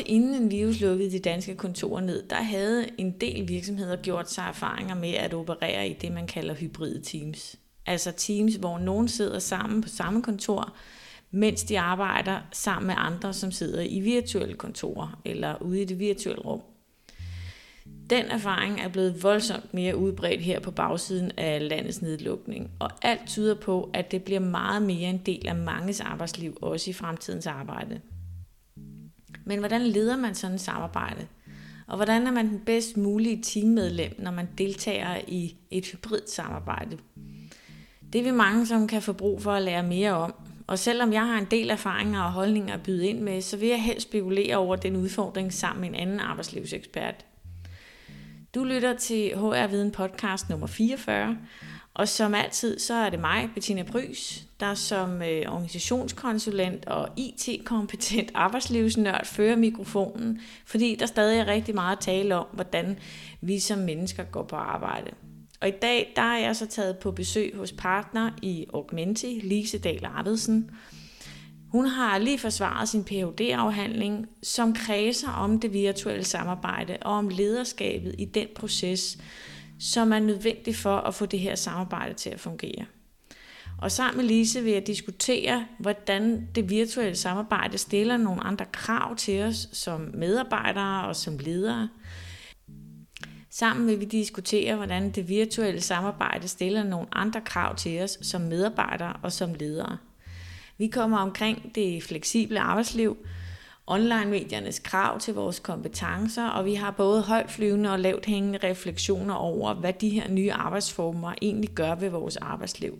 inden en virus lukkede de danske kontorer ned, der havde en del virksomheder gjort sig erfaringer med at operere i det, man kalder hybride teams. Altså teams, hvor nogen sidder sammen på samme kontor, mens de arbejder sammen med andre, som sidder i virtuelle kontorer eller ude i det virtuelle rum. Den erfaring er blevet voldsomt mere udbredt her på bagsiden af landets nedlukning, og alt tyder på, at det bliver meget mere en del af manges arbejdsliv, også i fremtidens arbejde. Men hvordan leder man sådan et samarbejde? Og hvordan er man den bedst mulige teammedlem, når man deltager i et hybrid samarbejde? Det er vi mange, som kan få brug for at lære mere om. Og selvom jeg har en del erfaringer og holdninger at byde ind med, så vil jeg helst spekulere over den udfordring sammen med en anden arbejdslivsekspert. Du lytter til HR Viden podcast nummer 44, og som altid, så er det mig, Bettina Brys, der som organisationskonsulent og IT-kompetent arbejdslivsnørd fører mikrofonen, fordi der stadig er rigtig meget at tale om, hvordan vi som mennesker går på arbejde. Og i dag, der er jeg så taget på besøg hos partner i Augmenti, Lise Dahl Arvidsen. Hun har lige forsvaret sin Ph.D.-afhandling, som kredser om det virtuelle samarbejde og om lederskabet i den proces, som er nødvendig for at få det her samarbejde til at fungere. Og sammen med Lise vil jeg diskutere, hvordan det virtuelle samarbejde stiller nogle andre krav til os som medarbejdere og som ledere. Sammen vil vi diskutere, hvordan det virtuelle samarbejde stiller nogle andre krav til os som medarbejdere og som ledere. Vi kommer omkring det fleksible arbejdsliv, online-mediernes krav til vores kompetencer, og vi har både højtflyvende og lavt hængende refleksioner over, hvad de her nye arbejdsformer egentlig gør ved vores arbejdsliv.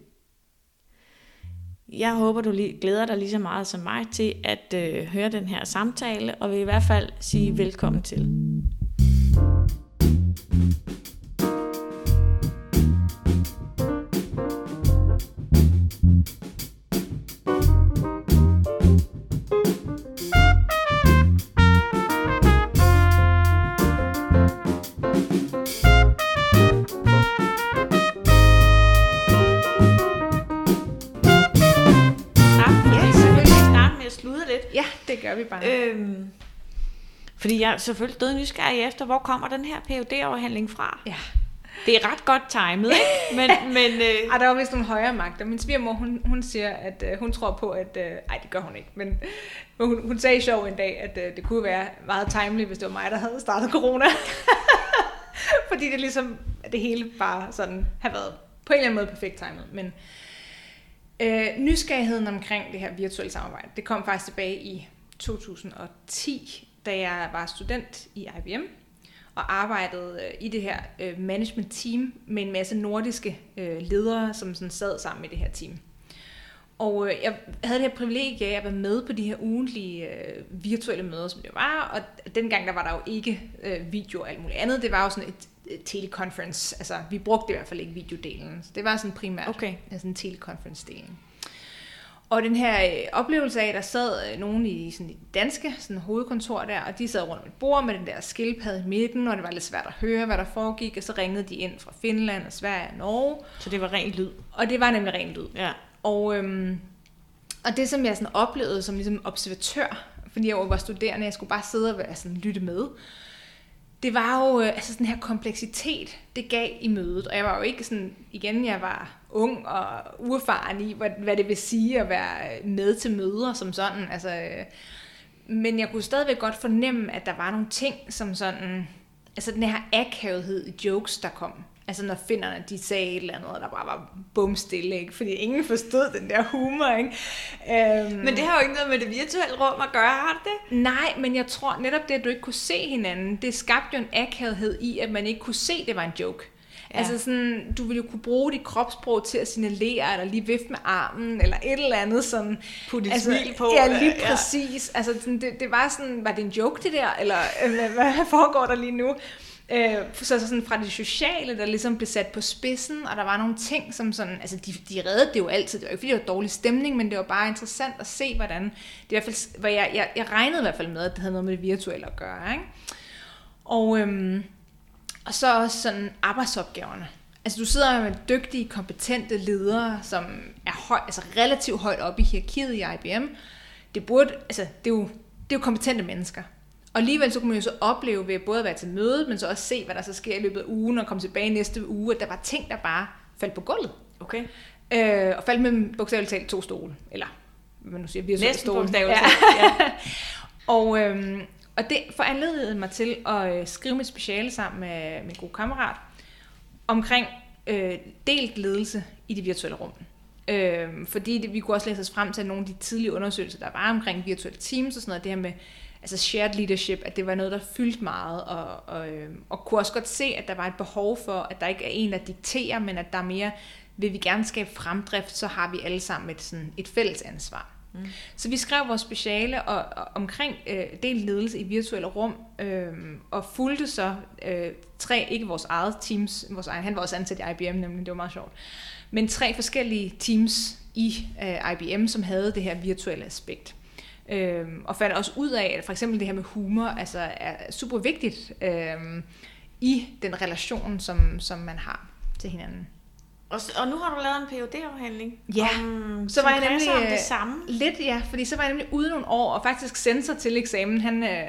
Jeg håber, du glæder dig lige så meget som mig til at høre den her samtale, og vil i hvert fald sige velkommen til. Det gør vi bare. Fordi jeg er selvfølgelig død nysgerrig efter, hvor kommer den her Ph.D.-afhandling fra? Ja. Det er ret godt timet, ikke? Men der var vist nogle højere magter. Min svigermor, hun siger, at hun tror på, at... det gør hun ikke, men hun sagde sjov en dag, at det kunne være meget timely, hvis det var mig, der havde startet corona. Fordi det ligesom, det hele bare sådan har været på en eller anden måde perfekt timet. Men nysgerrigheden omkring det her virtuelle samarbejde, det kom faktisk tilbage i 2010, da jeg var student i IBM og arbejdede i det her management team med en masse nordiske ledere, som sådan sad sammen i det her team. Og jeg havde det her privilegie af at være med på de her ugentlige virtuelle møder, som det var, og dengang der var der jo ikke video og alt muligt andet. Det var jo sådan et teleconference, altså vi brugte i hvert fald ikke videodelen, så det var sådan primært sådan en teleconference-delen. Og den her oplevelse af, der sad nogen i sådan et danske sådan hovedkontor der, og de sad rundt om et bord med den der skildpadde i midten, og det var lidt svært at høre, hvad der foregik, og så ringede de ind fra Finland og Sverige og Norge. Så det var ren lyd? Og det var nemlig ren lyd. Ja. Og det, som jeg sådan oplevede som ligesom observatør, fordi jeg var studerende, jeg skulle bare sidde og være sådan, lytte med, det var jo altså sådan her kompleksitet, det gav i mødet. Og jeg var jo ikke sådan, igen, jeg var ung og uerfaren i, hvad det vil sige at være med til møder som sådan. Altså, men jeg kunne stadigvæk godt fornemme, at der var nogle ting, som sådan, altså den her akavethed i jokes, der kom. Altså når finnerne, de sagde et eller andet, og der bare var bumstille, ikke? Fordi ingen forstod den der humor, ikke? Men det har jo ikke noget med det virtuelle rum at gøre, har det? Nej, men jeg tror netop det, at du ikke kunne se hinanden, det skabte jo en akavethed i, at man ikke kunne se, det var en joke. Ja. Altså sådan, du ville jo kunne bruge dit kropssprog til at signalere, eller lige vifte med armen, eller et eller andet sådan. Putte et smil på. Ja, lige præcis. Ja. Altså sådan, det var sådan, var det en joke det der, eller hvad foregår der lige nu? Så sådan fra det sociale, der ligesom blev sat på spidsen, og der var nogle ting, som sådan, altså de reddede det jo altid, det var ikke fordi det var dårlig stemning, men det var bare interessant at se, hvordan, det i hvert fald, hvad jeg regnede i hvert fald med, at det havde noget med det virtuelle at gøre, ikke? Og så også sådan arbejdsopgaverne. Altså du sidder med dygtige, kompetente ledere, som er altså relativt højt oppe i hierarkiet i IBM. Det er jo kompetente mennesker. Og alligevel så kunne man jo så opleve ved både at være til mødet, men så også se, hvad der så sker i løbet af ugen, og komme tilbage næste uge, at der var ting, der bare faldt på gulvet. Okay. Og faldt med bogstaveligt talt 2 stole. Eller, hvad man nu siger, virtuelle stole. Næsten bogstaveligt talt, ja. Og det foranledede mig til at skrive mit speciale sammen med min gode kammerat omkring delt ledelse i de virtuelle rum. Fordi vi kunne også læse os frem til nogle af de tidlige undersøgelser, der var omkring virtuelle teams og sådan noget, det her med altså shared leadership, at det var noget, der fyldte meget, og kunne også godt se, at der var et behov for, at der ikke er en, der dikterer, men at der er mere, vil vi gerne skabe fremdrift, så har vi alle sammen et fælles ansvar. Så vi skrev vores speciale omkring delt ledelse i virtuelle rum, og fulgte så 3, ikke vores eget teams, han var også ansat i IBM, nemlig, det var meget sjovt, men 3 forskellige teams i IBM, som havde det her virtuelle aspekt. Og fandt også ud af, at for eksempel det her med humor altså er super vigtigt i den relation, som man har til hinanden. Og nu har du lavet en PhD-afhandling. Ja, så var jeg nemlig om det samme. Lidt, ja, fordi så var jeg nemlig ude nogle år, og faktisk sensor til eksamen,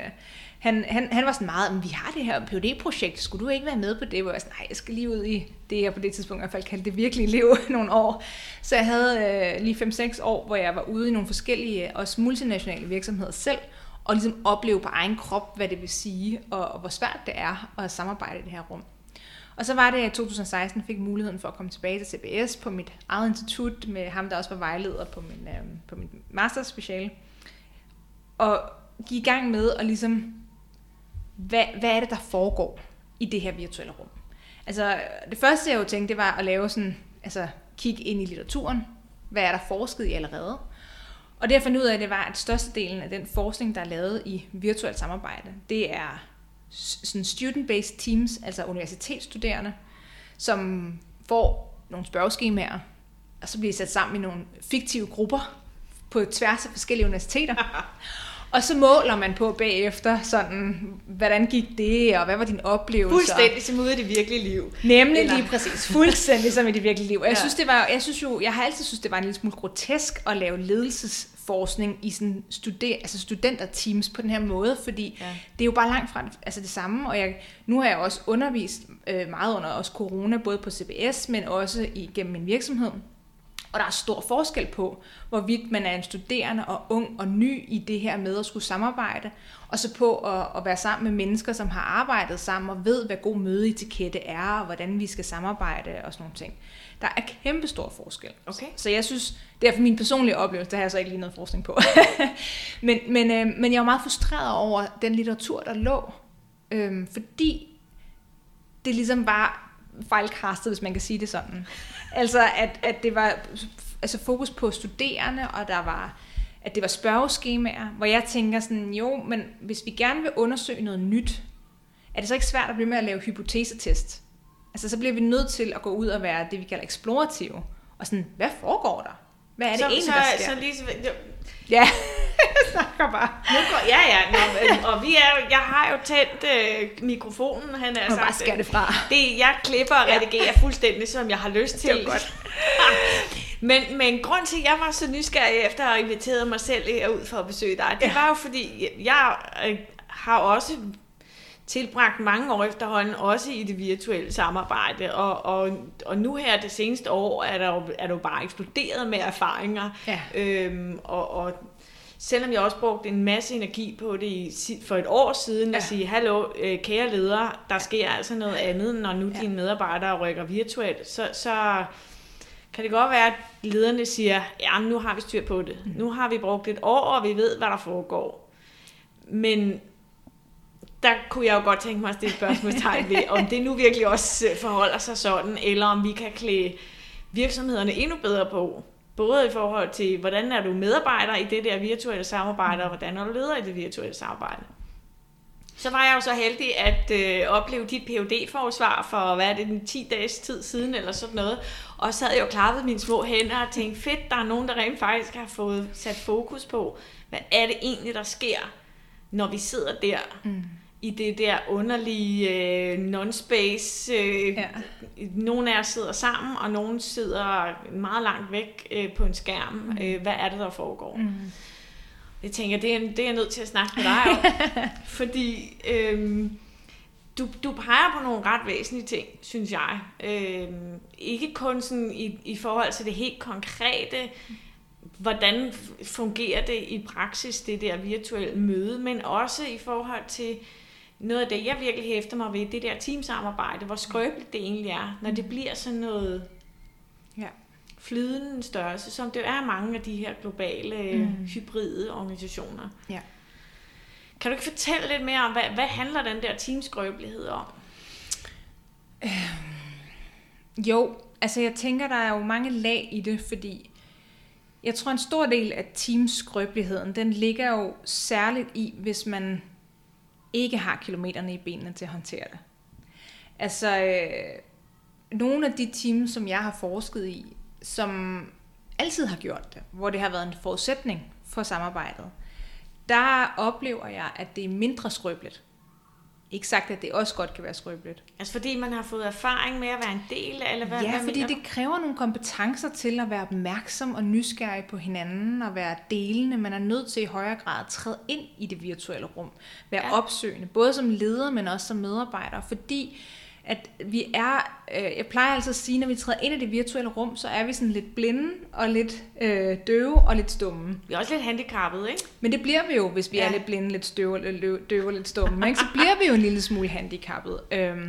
han var sådan meget, men vi har det her PhD-projekt, skulle du ikke være med på det? Hvor jeg sådan, nej, jeg skal lige ud i det, jeg på det tidspunkt i hvert fald kaldte det virkelige liv nogle år. Så jeg havde lige 5-6 år, hvor jeg var ude i nogle forskellige, også multinationale virksomheder selv, og ligesom opleve på egen krop, hvad det vil sige, og hvor svært det er at samarbejde i det her rum. Og så var det, at i 2016 fik muligheden for at komme tilbage til CBS på mit eget institut, med ham, der også var vejleder på min masterspeciale, og gik i gang med at ligesom, hvad er det, der foregår i det her virtuelle rum? Altså, det første, jeg jo tænkte, det var at lave sådan, altså, kigge ind i litteraturen. Hvad er der forsket i allerede? Og det, jeg fandt ud af, det var, at størstedelen af den forskning, der er lavet i virtuelt samarbejde, det er sådan student-based teams, altså universitetsstuderende, som får nogle spørgeskemaer, og så bliver sat sammen i nogle fiktive grupper på tværs af forskellige universiteter. Og så måler man på bagefter, sådan, hvordan gik det, og hvad var din oplevelse? Fuldstændig som ude i det virkelige liv. Nemlig lige præcis. Fuldstændig som i det virkelige liv. Og jeg har altid synes, det var en lille smule grotesk at lave ledelsesforskning i sådan studenterteams på den her måde, fordi det er jo bare langt fra det samme. Og nu har jeg også undervist meget under også corona, både på CBS, men også igennem min virksomhed. Og der er stor forskel på, hvorvidt man er en studerende og ung og ny i det her med at skulle samarbejde, og så på at være sammen med mennesker, som har arbejdet sammen og ved, hvad god mødeetikette er, og hvordan vi skal samarbejde og sådan nogle ting. Der er kæmpe stor forskel. Okay. Så jeg synes, det er for min personlige oplevelse, der har jeg så ikke lige noget forskning på. men jeg var meget frustreret over den litteratur, der lå, fordi det ligesom var fejlkastet, hvis man kan sige det sådan. Altså, at det var fokus på studerende, og at det var spørgeskemaer, hvor jeg tænker sådan, jo, men hvis vi gerne vil undersøge noget nyt, er det så ikke svært at blive med at lave hypotesetest? Altså, så bliver vi nødt til at gå ud og være det, vi kalder eksplorative, og sådan, hvad foregår der? Hvad er det egentlig, der sker? Ja, jeg snakker bare. Jeg har jo tændt mikrofonen, han er sagt. Bare skære det fra. Jeg klipper og redigerer fuldstændig, som jeg har lyst til. Det er godt. men grund til, at jeg var så nysgerrig efter at have inviteret mig selv ud for at besøge dig, det var jo fordi, jeg har også tilbragt mange år efterhånden, også i det virtuelle samarbejde, og nu her det seneste år er der jo bare eksploderet med erfaringer, og selvom jeg også brugte en masse energi på det for et år siden, at sige, hallo, kære ledere, der sker altså noget andet, når nu dine medarbejdere rykker virtuelt, så kan det godt være, at lederne siger, ja, nu har vi styr på det. Nu har vi brugt et år, og vi ved, hvad der foregår. Men der kunne jeg jo godt tænke mig at stille spørgsmålstegn ved, om det nu virkelig også forholder sig sådan, eller om vi kan klæde virksomhederne endnu bedre på. Både i forhold til, hvordan er du medarbejder i det der virtuelle samarbejde, og hvordan er du leder i det virtuelle samarbejde. Så var jeg jo så heldig at opleve dit PhD-forsvar for, hvad er det, 10 dages tid siden, eller sådan noget. Og så havde jeg jo klappet mine små hænder og tænkt, fedt, der er nogen, der rent faktisk har fået sat fokus på, hvad er det egentlig, der sker, når vi sidder der i det der underlige non-space. Nogle af os sidder sammen, og nogle sidder meget langt væk på en skærm. Hvad er det, der foregår? Jeg tænker, det er jeg nødt til at snakke med dig om. Fordi du peger på nogle ret væsentlige ting, synes jeg. Ikke kun sådan i forhold til det helt konkrete, hvordan fungerer det i praksis, det der virtuelle møde, men også i forhold til noget af det, jeg virkelig hæfter mig ved, det der teamsamarbejde, hvor skrøbeligt det egentlig er, når det bliver sådan noget flydende størrelse, som det er mange af de her globale hybride organisationer. Ja. Kan du ikke fortælle lidt mere om, hvad handler den der teamskrøbelighed om? Jo, altså jeg tænker, der er jo mange lag i det, fordi jeg tror, en stor del af teamskrøbeligheden, den ligger jo særligt i, hvis man ikke har kilometerne i benene til at håndtere det. Altså, nogle af de teams, som jeg har forsket i, som altid har gjort det, hvor det har været en forudsætning for samarbejdet, der oplever jeg, at det er mindre skrøbeligt. Ikke sagt, at det også godt kan være skrøbeligt. Altså fordi man har fået erfaring med at være en del, eller hvad? Ja, fordi det kræver nogle kompetencer til at være opmærksom og nysgerrig på hinanden, og være delende. Man er nødt til i højere grad at træde ind i det virtuelle rum. Være opsøgende, både som leder, men også som medarbejder. Fordi at vi er, jeg plejer altså at sige, når vi træder ind i det virtuelle rum, så er vi sådan lidt blinde og lidt døve og lidt stumme. Vi er også lidt handicappede, ikke? Men det bliver vi jo, hvis vi er lidt blinde, lidt døve og lidt stumme. Ikke? Så bliver vi jo en lille smule handicappede.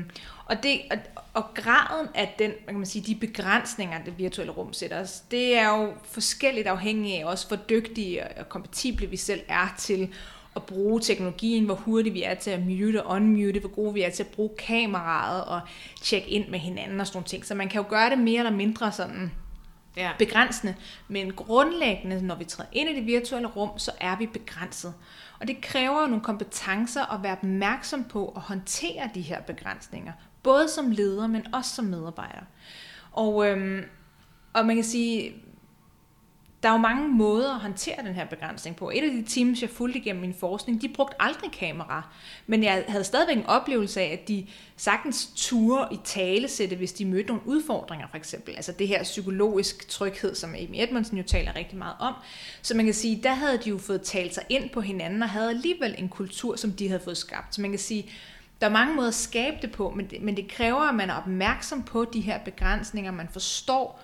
Og graden af den, hvad kan man sige, de begrænsninger, det virtuelle rum sætter os, det er jo forskelligt afhængigt af også, hvor dygtige og kompatible vi selv er til at bruge teknologien, hvor hurtigt vi er til at mute og unmute, hvor gode vi er til at bruge kameraet og tjekke ind med hinanden og sådan nogle ting. Så man kan jo gøre det mere eller mindre sådan begrænsende, men grundlæggende, når vi træder ind i det virtuelle rum, så er vi begrænset. Og det kræver jo nogle kompetencer at være opmærksom på at håndtere de her begrænsninger, både som leder, men også som medarbejder. Og man kan sige, der er jo mange måder at håndtere den her begrænsning på. Et af de teams, jeg fulgte igennem min forskning, de brugte aldrig kamera. Men jeg havde stadigvæk en oplevelse af, at de sagtens turde i talesætte, hvis de mødte nogle udfordringer, for eksempel. Altså det her psykologisk tryghed, som Amy Edmondson jo taler rigtig meget om. Så man kan sige, der havde de jo fået talt sig ind på hinanden, og havde alligevel en kultur, som de havde fået skabt. Så man kan sige, der er mange måder at skabe det på, men det kræver, at man er opmærksom på de her begrænsninger, man forstår,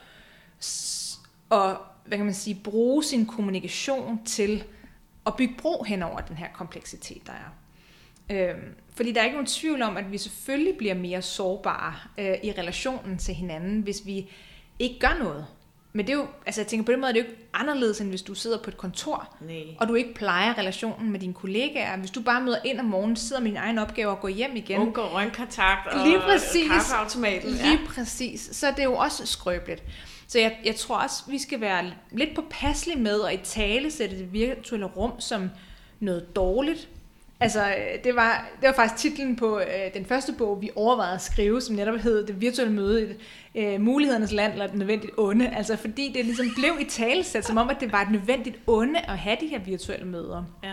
og hvad kan man sige, bruge sin kommunikation til at bygge bro hen over den her kompleksitet, der er. Fordi der er ikke nogen tvivl om, at vi selvfølgelig bliver mere sårbare i relationen til hinanden, hvis vi ikke gør noget. Men det er jo, altså jeg tænker på den måde, er det jo ikke anderledes, end hvis du sidder på et kontor, og du ikke plejer relationen med dine kollegaer. Hvis du bare møder ind om morgenen, sidder med din egen opgave og går hjem igen. Undgår røntgenkontakt og kaffeautomaten. Lige præcis. Så det er jo også skrøbeligt. Så jeg tror også, vi skal være lidt påpasselige med at italesætte det virtuelle rum som noget dårligt. Altså, det var faktisk titlen på den første bog, vi overvejede at skrive, som netop hed Det virtuelle møde i mulighedernes land, eller det nødvendigt onde. Altså, fordi det ligesom blev italesat, som om, at det var et nødvendigt onde at have de her virtuelle møder. Ja.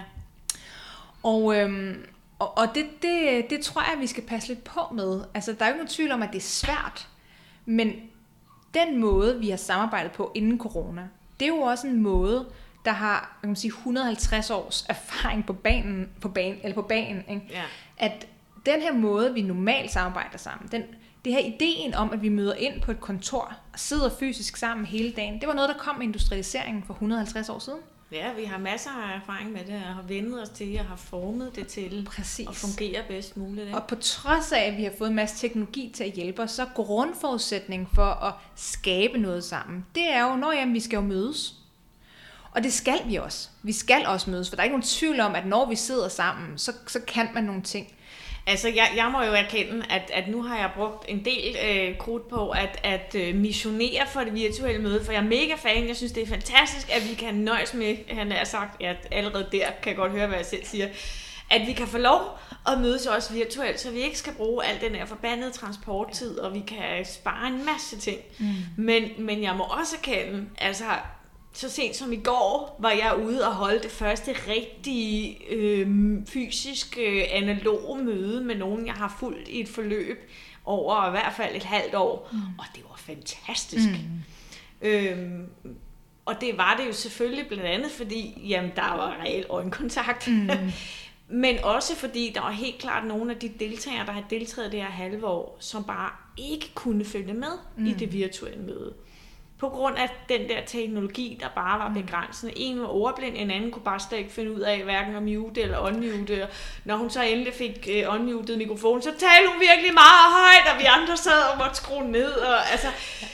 Og det tror jeg, vi skal passe lidt på med. Altså, der er jo ikke nogen tvivl om, at det er svært, men den måde, vi har samarbejdet på inden corona, det er jo også en måde, der har, kan man sige, 150 års erfaring på banen, ikke? Ja. At den her måde, vi normalt samarbejder sammen, det her ideen om, at vi møder ind på et kontor og sidder fysisk sammen hele dagen, det var noget, der kom med industrialiseringen for 150 år siden. Ja, vi har masser af erfaring med det, og har vendet os til, og har formet det til at fungere bedst muligt. Ikke? Og på trods af, at vi har fået en masse teknologi til at hjælpe os, så grundforudsætningen for at skabe noget sammen, det er jo, vi skal jo mødes. Og det skal vi også. Vi skal også mødes, for der er ikke nogen tvivl om, at når vi sidder sammen, så kan man nogle ting. Altså, jeg må jo erkende, at nu har jeg brugt en del krudt på at missionere for det virtuelle møde, for jeg er mega fan. Jeg synes, det er fantastisk, at vi kan nøjes med, han har sagt, at allerede der kan jeg godt høre, hvad jeg selv siger, at vi kan få lov at mødes også virtuelt, så vi ikke skal bruge al den her forbandede transporttid, og vi kan spare en masse ting. Men jeg må også erkende, altså så sent som i går var jeg ude og holde det første rigtige fysisk analoge møde med nogen, jeg har fulgt i et forløb over i hvert fald et halvt år. Og det var fantastisk. Og det var det jo selvfølgelig blandt andet, fordi jamen, der var reel øjenkontakt. Men også fordi der var helt klart nogle af de deltagere, der har deltaget det her halve år, som bare ikke kunne følge med i det virtuelle møde. På grund af den der teknologi, der bare var begrænsende. En var ordblind, en anden kunne bare slet ikke finde ud af, hverken at mute eller unmute. Når hun så endelig fik unmuted mikrofonen, så talte hun virkelig meget højt, og vi andre sad og måtte skrue ned. Og, altså,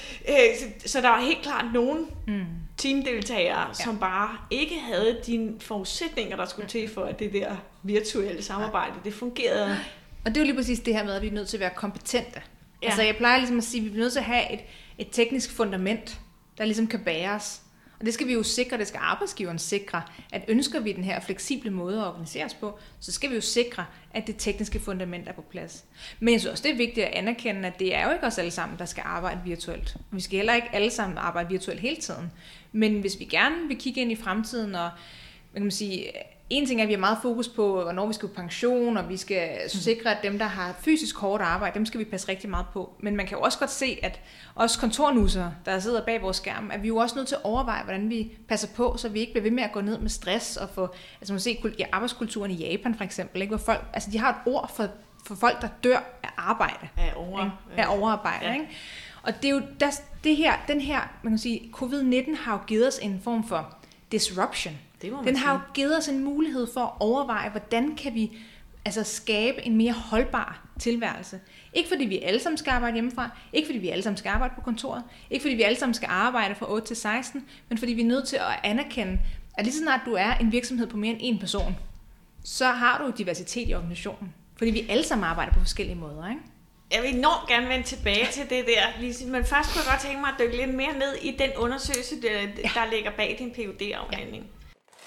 så der var helt klart nogle teamdeltagere, som bare ikke havde de forudsætninger, der skulle til for, at det der virtuelle samarbejde, det fungerede. Og det er jo lige præcis det her med, at vi er nødt til at være kompetente. Ja. Altså jeg plejer ligesom at sige, at vi er nødt til at have et teknisk fundament, der ligesom kan bæres. Og det skal vi jo sikre, det skal arbejdsgiveren sikre, at ønsker vi den her fleksible måde at organisere os på, så skal vi jo sikre, at det tekniske fundament er på plads. Men jeg synes også, det er vigtigt at anerkende, at det er jo ikke os alle sammen, der skal arbejde virtuelt. Vi skal heller ikke alle sammen arbejde virtuelt hele tiden. Men hvis vi gerne vil kigge ind i fremtiden, og man kan sige, en ting er, at vi har meget fokus på, hvornår vi skal på pension, og vi skal sikre, at dem, der har fysisk hårdt arbejde, dem skal vi passe rigtig meget på. Men man kan jo også godt se, at os kontornusere, der sidder bag vores skærm, at vi jo også nødt til at overveje, hvordan vi passer på, så vi ikke bliver ved med at gå ned med stress. Og få, altså man kan se i arbejdskulturen i Japan for eksempel, ikke, hvor folk, altså de har et ord for folk, der dør af arbejde. Af overarbejde. Ja. Ikke? Og det er jo den her, man kan sige, covid-19 har jo givet os en form for disruption. Den har jo givet os en mulighed for at overveje, hvordan kan vi altså skabe en mere holdbar tilværelse. Ikke fordi vi alle sammen skal arbejde hjemmefra, ikke fordi vi alle sammen skal arbejde på kontoret, ikke fordi vi alle sammen skal arbejde fra 8 til 16, men fordi vi er nødt til at anerkende, at lige så snart du er en virksomhed på mere end en person, så har du diversitet i organisationen. Fordi vi alle sammen arbejder på forskellige måder, ikke? Jeg vil enormt gerne vende tilbage til det der, Lise, men først kunne jeg godt tænke mig at dykke lidt mere ned i den undersøgelse, der ligger bag din PhD-afhandling. Ja.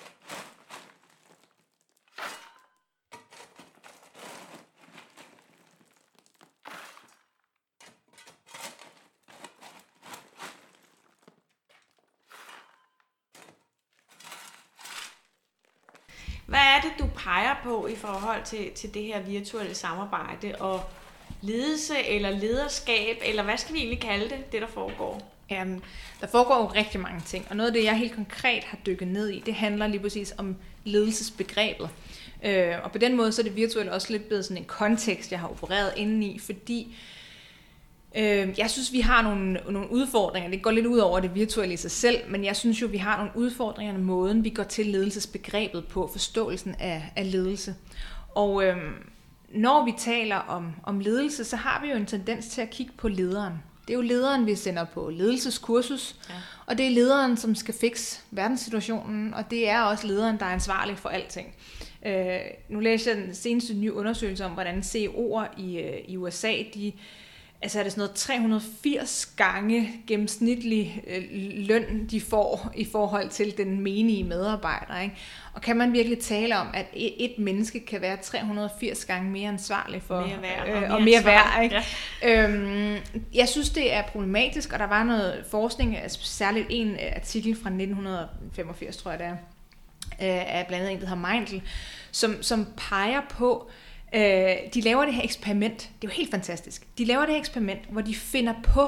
Hvad er det, du peger på i forhold til det her virtuelle samarbejde og ledelse eller lederskab, eller hvad skal vi egentlig kalde det der foregår? Jamen, der foregår jo rigtig mange ting, og noget af det, jeg helt konkret har dykket ned i, det handler lige præcis om ledelsesbegrebet. Og på den måde, så er det virtuelle også lidt blevet sådan en kontekst, jeg har opereret indeni, fordi jeg synes, vi har nogle udfordringer. Det går lidt ud over det virtuelle i sig selv, men jeg synes jo, vi har nogle udfordringer med måden, vi går til ledelsesbegrebet på, forståelsen af ledelse. Og når vi taler om ledelse, så har vi jo en tendens til at kigge på lederen. Det er jo lederen, vi sender på ledelseskursus, og det er lederen, som skal fikse verdenssituationen, og det er også lederen, der er ansvarlig for alting. Nu læser jeg den seneste nye undersøgelse om, hvordan CEO'er i USA, altså er det sådan noget 380 gange gennemsnitlig løn, de får i forhold til den menige medarbejder. Ikke? Og kan man virkelig tale om, at et menneske kan være 380 gange mere ansvarlig for mere værd. Ikke? Ja. Jeg synes, det er problematisk, og der var noget forskning, særligt en artikel fra 1985, tror jeg det er, af blandt andet en, der hedder Meindl, som peger på, de laver det her eksperiment, det er jo helt fantastisk, de laver det her eksperiment, hvor de finder på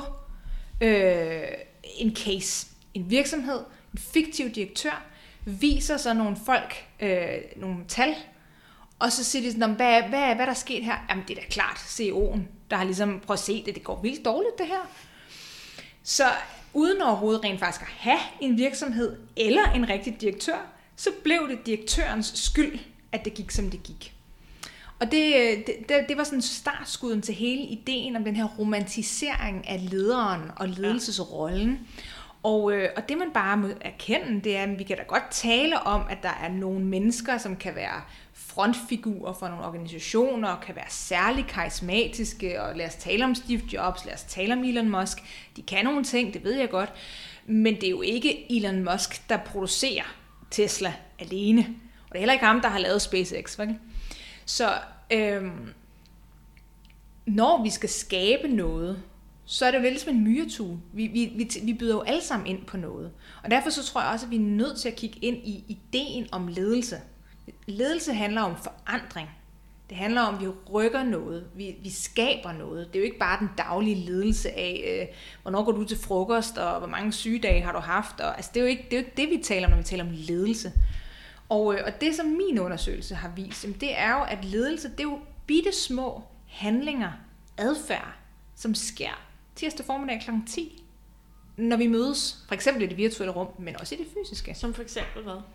en case, en virksomhed, en fiktiv direktør, viser så nogle folk nogle tal, og så siger de sådan, hvad er der sket her? Jamen det er da klart CEO'en, der har ligesom prøvet at se det går vildt dårligt det her. Så uden overhovedet rent faktisk at have en virksomhed eller en rigtig direktør, så blev det direktørens skyld, at det gik som det gik. Og det var sådan startskuden til hele ideen om den her romantisering af lederen og ledelsesrollen. Og det man bare må erkende, det er, at vi kan da godt tale om, at der er nogle mennesker, som kan være frontfigurer for nogle organisationer, og kan være særlig karismatiske, og lad os tale om Steve Jobs, lad os tale om Elon Musk. De kan nogle ting, det ved jeg godt, men det er jo ikke Elon Musk, der producerer Tesla alene. Og det er heller ikke ham, der har lavet SpaceX, vel? Så når vi skal skabe noget, så er det jo lidt som en myretue. Vi byder jo alle sammen ind på noget. Og derfor så tror jeg også, at vi er nødt til at kigge ind i ideen om ledelse. Ledelse handler om forandring. Det handler om, at vi rykker noget, vi skaber noget. Det er jo ikke bare den daglige ledelse af, hvornår går du til frokost, og hvor mange sygedage har du haft. Og, altså, det er jo ikke det, vi taler om, når vi taler om ledelse. Og det, som min undersøgelse har vist, det er jo, at ledelse, det er jo bitte små handlinger, adfærd, som sker tirsdag formiddag kl. 10, når vi mødes, for eksempel i det virtuelle rum, men også i det fysiske. Som for eksempel hvad?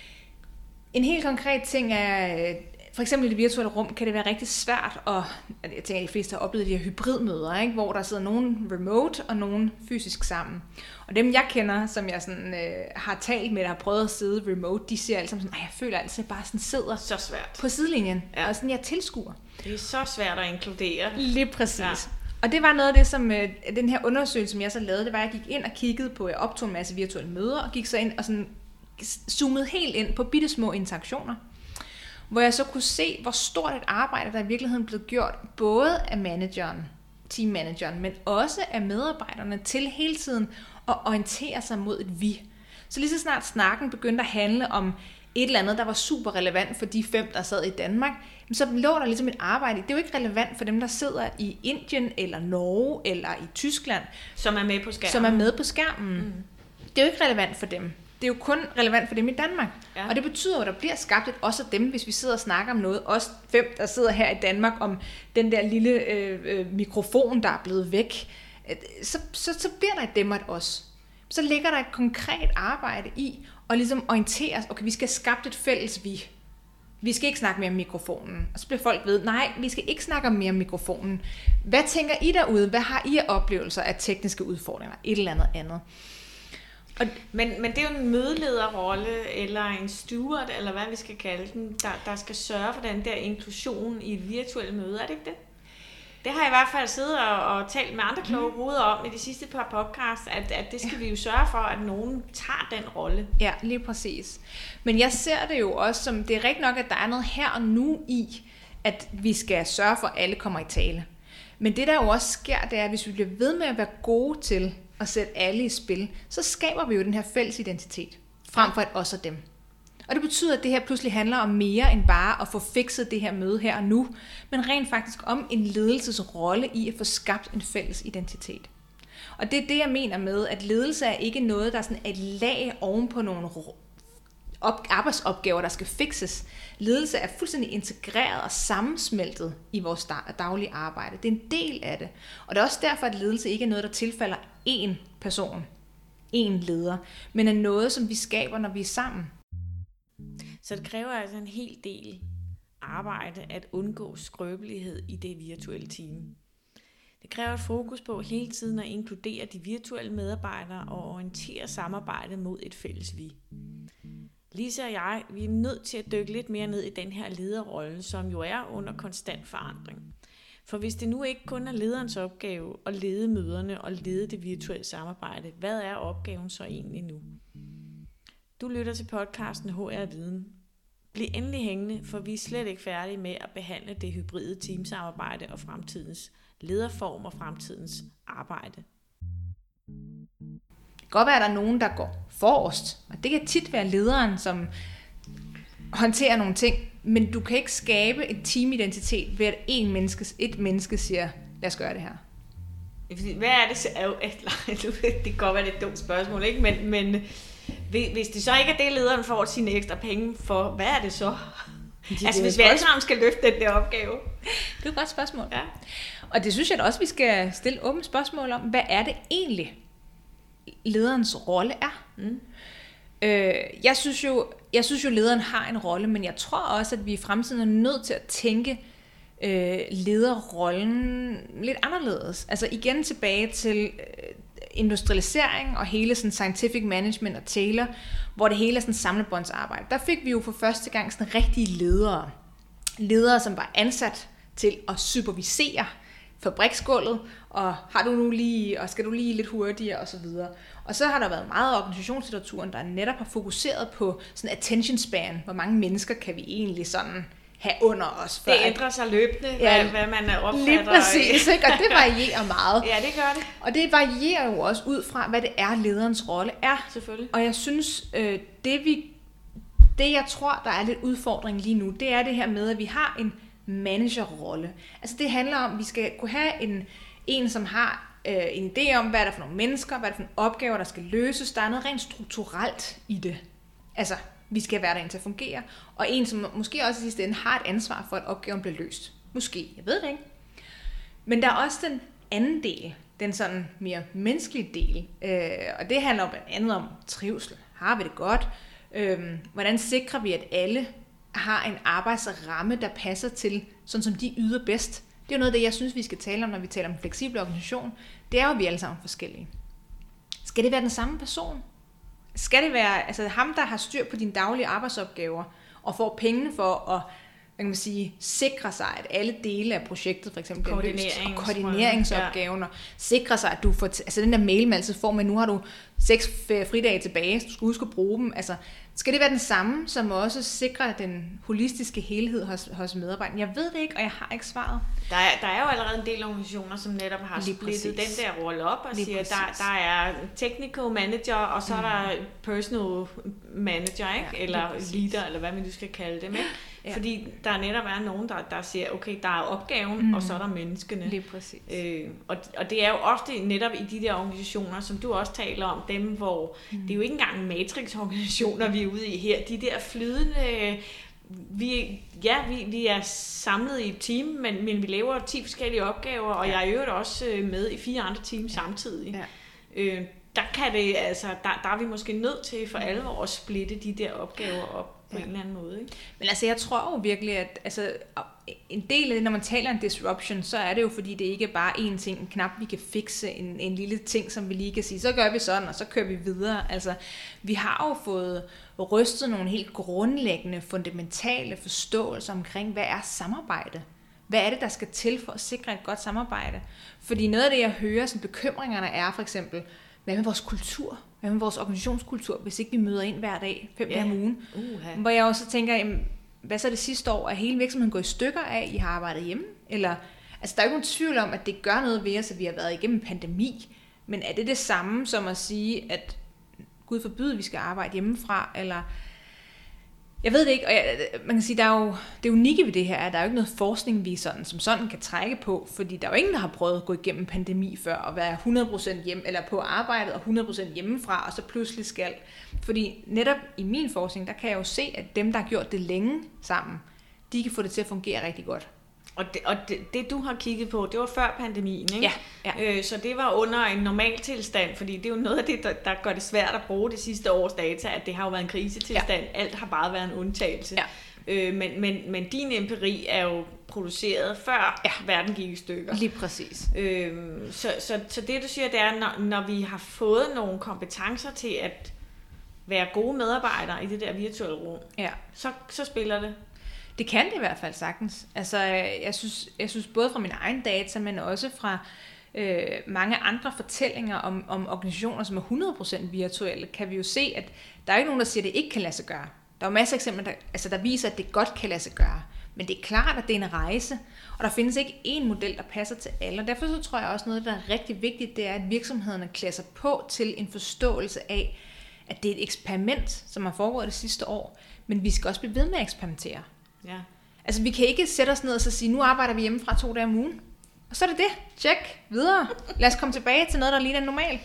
En helt konkret ting er, for eksempel i det virtuelle rum, kan det være rigtig svært, og jeg tænker, at de fleste har oplevet de her hybridmøder, ikke? Hvor der sidder nogen remote og nogen fysisk sammen. Og dem, jeg kender, som jeg sådan, har talt med, der har prøvet at sidde remote, de siger alle sammen sådan, jeg føler altid, at jeg bare sådan sidder så svært på sidelinjen, og sådan, jeg tilskuer. Det er så svært at inkludere. Lige præcis. Ja. Og det var noget af det, som den her undersøgelse, som jeg så lavede, det var, at jeg gik ind og kiggede på, jeg optog en masse virtuelle møder, og gik så ind og sådan zoomede helt ind på bitte små interaktioner, hvor jeg så kunne se, hvor stort et arbejde, der i virkeligheden blev gjort, både af manageren, teammanageren, men også af medarbejderne, til hele tiden at orientere sig mod et vi. Så lige så snart snakken begyndte at handle om et eller andet, der var super relevant for de 5, der sad i Danmark, så lå der ligesom et arbejde. Det er jo ikke relevant for dem, der sidder i Indien, eller Norge, eller i Tyskland. Som er med på skærmen. Mm. Det er jo ikke relevant for dem. Det er jo kun relevant for dem i Danmark. Ja. Og det betyder, at der bliver skabt også af dem, hvis vi sidder og snakker om noget. Os 5, der sidder her i Danmark, om den der lille mikrofon, der er blevet væk. Så bliver der et dem og et os. Så ligger der et konkret arbejde i at ligesom orientere os. Okay, vi skal have skabt et fælles vi. Vi skal ikke snakke mere om mikrofonen. Og så bliver folk ved, nej, vi skal ikke snakke mere om mikrofonen. Hvad tænker I derude? Hvad har I af oplevelser af tekniske udfordringer? Et eller andet. Men det er jo en mødelederrolle, eller en steward, eller hvad vi skal kalde den, der skal sørge for den der inklusion i virtuelle møder, er det ikke det? Det har jeg i hvert fald siddet og talt med andre kloge hoveder om i de sidste par podcasts, at det skal vi jo sørge for, at nogen tager den rolle. Ja, lige præcis. Men jeg ser det jo også som, det er rigtigt nok, at der er noget her og nu i, at vi skal sørge for, at alle kommer i tale. Men det der jo også sker, det er, at hvis vi bliver ved med at være gode til at sætte alle i spil, så skaber vi jo den her fælles identitet, frem for et os og dem. Og det betyder, at det her pludselig handler om mere end bare at få fikset det her møde her og nu, men rent faktisk om en ledelsesrolle i at få skabt en fælles identitet. Og det er det, jeg mener med, at ledelse er ikke noget, der er sådan et lag oven på nogle arbejdsopgaver, der skal fikses. Ledelse er fuldstændig integreret og sammensmeltet i vores daglige arbejde. Det er en del af det. Og det er også derfor, at ledelse ikke er noget, der tilfalder én person, én leder, men er noget, som vi skaber, når vi er sammen. Så det kræver altså en hel del arbejde at undgå skrøbelighed i det virtuelle team. Det kræver et fokus på hele tiden at inkludere de virtuelle medarbejdere og orientere samarbejdet mod et fælles vi. Lisa og jeg, vi er nødt til at dykke lidt mere ned i den her lederrolle, som jo er under konstant forandring. For hvis det nu ikke kun er lederens opgave at lede møderne og lede det virtuelle samarbejde, hvad er opgaven så egentlig nu? Du lytter til podcasten HR Viden. Bliv endelig hængende, for vi er slet ikke færdige med at behandle det hybride teamsamarbejde og fremtidens lederform og fremtidens arbejde. Det kan godt være, at der er nogen, der går forrest, og det kan tit være lederen, som håndterer nogle ting, men du kan ikke skabe et teamidentitet ved, at et menneske siger, lad os gøre det her. Hvad er det? Det kan godt være et dumt spørgsmål, ikke? Men hvis det så ikke er det, lederen får sine ekstra penge for, hvad er det så? Altså hvis vi alle sammen skal løfte den der opgave. Det er et godt spørgsmål. Ja. Og det synes jeg da også, vi skal stille åbent spørgsmål om, hvad er det egentlig, lederens rolle er? Mm. Jeg synes jo, lederen har en rolle, men jeg tror også, at vi i fremtiden er nødt til at tænke lederrollen lidt anderledes. Altså igen tilbage til industrialisering og hele sådan scientific management og Taylor, hvor det hele er sådan samlebåndsarbejde. Der fik vi jo for første gang sådan rigtige ledere. Ledere, som var ansat til at supervisere fabriksgulvet, og har du nu lige, og skal du lige lidt hurtigere og så videre. Og så har der været meget af organisationslitteraturen, der netop har fokuseret på sådan attention span. Hvor mange mennesker kan vi egentlig sådan have under os? Det ændrer sig løbende, hvad man opfatter. Lige præcis, ikke? Og det varierer meget. Ja, det gør det. Og det varierer jo også ud fra, hvad det er, lederens rolle er. Selvfølgelig. Og jeg synes, det jeg tror, der er lidt udfordring lige nu, det er det her med, at vi har en managerrolle. Altså det handler om, at vi skal kunne have en som har en idé om, hvad er der for nogle mennesker, hvad er der for nogle opgaver, der skal løses. Der er noget rent strukturelt i det. Altså, vi skal være derinde til at fungere. Og en, som måske også i sidste ende har et ansvar for, at opgaven bliver løst. Måske, jeg ved det ikke. Men der er også den anden del, den sådan mere menneskelige del. Og det handler blandt andet om trivsel. Har vi det godt? Hvordan sikrer vi, at alle har en arbejdsramme, der passer til, sådan som de yder bedst? Det er jo noget af det, jeg synes, vi skal tale om, når vi taler om fleksibel organisation. Det er jo, at vi alle sammen forskellige. Skal det være den samme person? Skal det være ham, der har styr på dine daglige arbejdsopgaver, og får pengene for at sikre sig, at alle dele af projektet for eksempel bliver løst, og koordineringsopgaven, og sikre sig, at du får, den der mail, man altid får med, nu har du 6 fridage tilbage, så du skal huske at bruge dem. Altså, skal det være den samme, som også sikrer den holistiske helhed hos medarbejderne? Jeg ved det ikke, og jeg har ikke svaret. Der er jo allerede en del organisationer, som netop har splittet den der rolle op og siger, der er technical manager, og så er der personal manager, ikke? Eller leader, eller hvad man nu skal kalde dem, ikke? Ja. Fordi der netop er nogen, der siger, okay, der er opgaven, og så er der menneskene. Lige præcis. Og det er jo ofte netop i de der organisationer, som du også taler om, dem hvor det er jo ikke engang matrix-organisationer, vi er ude i her. De der flydende, vi er samlet i et team, men vi laver 10 forskellige opgaver, og jeg er jo også med i 4 andre teams samtidig. Ja. Der kan det, der er vi måske nødt til for alvor at splitte de der opgaver op på en eller anden måde, ikke? Men jeg tror jo virkelig, at en del af det, når man taler om disruption, så er det jo fordi, det ikke er bare én ting, en knap, vi kan fikse, en lille ting, som vi lige kan sige, så gør vi sådan, og så kører vi videre. Altså, vi har jo fået rystet nogle helt grundlæggende, fundamentale forståelser omkring, hvad er samarbejde? Hvad er det, der skal til for at sikre et godt samarbejde? Fordi noget af det, jeg hører, som bekymringerne er for eksempel, hvad med vores kultur? Hvad med vores organisationskultur, hvis ikke vi møder ind hver dag, 5 dage om ugen? Hvor jeg også tænker, jamen, hvad så det sidste år? Er hele virksomheden gået i stykker af, I har arbejdet hjemme? Eller, der er jo ikke nogen tvivl om, at det gør noget ved os, at vi har været igennem en pandemi. Men er det samme som at sige, at Gud forbyde, at vi skal arbejde hjemmefra? Eller, jeg ved det ikke, og man kan sige, der er jo det unikke ved det her, at der er jo ikke noget forskning, vi som sådan kan trække på, fordi der er jo ingen, der har prøvet at gå igennem pandemi før, og være 100% hjem, eller på arbejdet og 100% hjemmefra, og så pludselig skal. Fordi netop i min forskning, der kan jeg jo se, at dem, der har gjort det længe sammen, de kan få det til at fungere rigtig godt. Og det du har kigget på, det var før pandemien, ikke? Ja. Så det var under en normal tilstand, fordi det er jo noget af det, der gør det svært at bruge det sidste års data, at det har jo været en krisetilstand. Ja. Alt har bare været en undtagelse. Ja. Men din empiri er jo produceret før verden gik i stykker. Lige præcis. Så det du siger, det er, når vi har fået nogle kompetencer til at være gode medarbejdere i det der virtuelle rum, så spiller det. Det kan det i hvert fald sagtens. Altså, jeg synes både fra mine egne data, men også fra mange andre fortællinger om organisationer, som er 100% virtuelle, kan vi jo se, at der er ikke nogen, der siger, at det ikke kan lade sig gøre. Der er jo masser af eksempler, der viser, at det godt kan lade sig gøre. Men det er klart, at det er en rejse, og der findes ikke én model, der passer til alle. Og derfor så tror jeg også noget, der er rigtig vigtigt, det er, at virksomhederne klæder sig på til en forståelse af, at det er et eksperiment, som har foregået det sidste år, men vi skal også blive ved med at eksperimentere. Ja. Altså, vi kan ikke sætte os ned og så sige, nu arbejder vi hjemmefra 2 dage om ugen. Og så er det. Tjek. Videre. Lad os komme tilbage til noget, der ligner normal.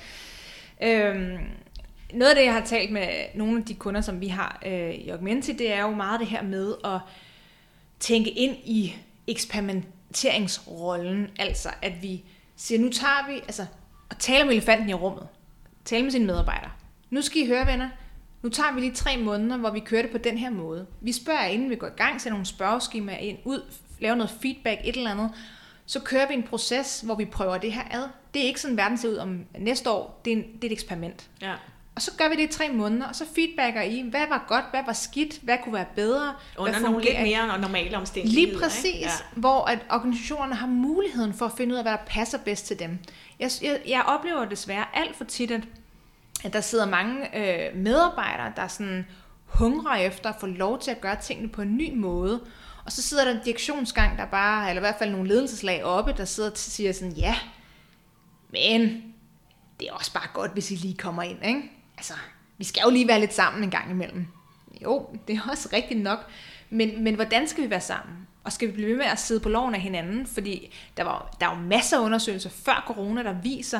Noget af det, jeg har talt med nogle af de kunder, som vi har i Augmenti, det er jo meget det her med at tænke ind i eksperimenteringsrollen. Altså, at vi siger, nu tager vi, og taler med elefanten i rummet. Taler med sine medarbejdere. Nu skal I høre, venner. Nu tager vi lige 3 måneder, hvor vi kører det på den her måde. Vi spørger, inden vi går i gang, sætter nogle spørgeskemaer ind, ud, laver noget feedback, et eller andet. Så kører vi en proces, hvor vi prøver det her ad. Det er ikke sådan, verden ser ud om næste år. Det er et eksperiment. Ja. Og så gør vi det i 3 måneder, og så feedbacker I, hvad var godt, hvad var skidt, hvad kunne være bedre. Under nogle lidt mere normale omstændigheder. Lige præcis, ja. Hvor at organisationerne har muligheden for at finde ud af, hvad der passer bedst til dem. Jeg oplever desværre alt for tit, at der sidder mange medarbejdere, der sådan hungrer efter at få lov til at gøre tingene på en ny måde. Og så sidder der en direktionsgang, der bare, eller i hvert fald nogle ledelseslag oppe, der sidder og siger sådan, ja, men det er også bare godt, hvis I lige kommer ind, ikke? Altså, vi skal jo lige være lidt sammen en gang imellem. Jo, det er også rigtigt nok. Men hvordan skal vi være sammen? Og skal vi blive ved med at sidde på loven af hinanden? Fordi der er jo masser af undersøgelser før corona, der viser,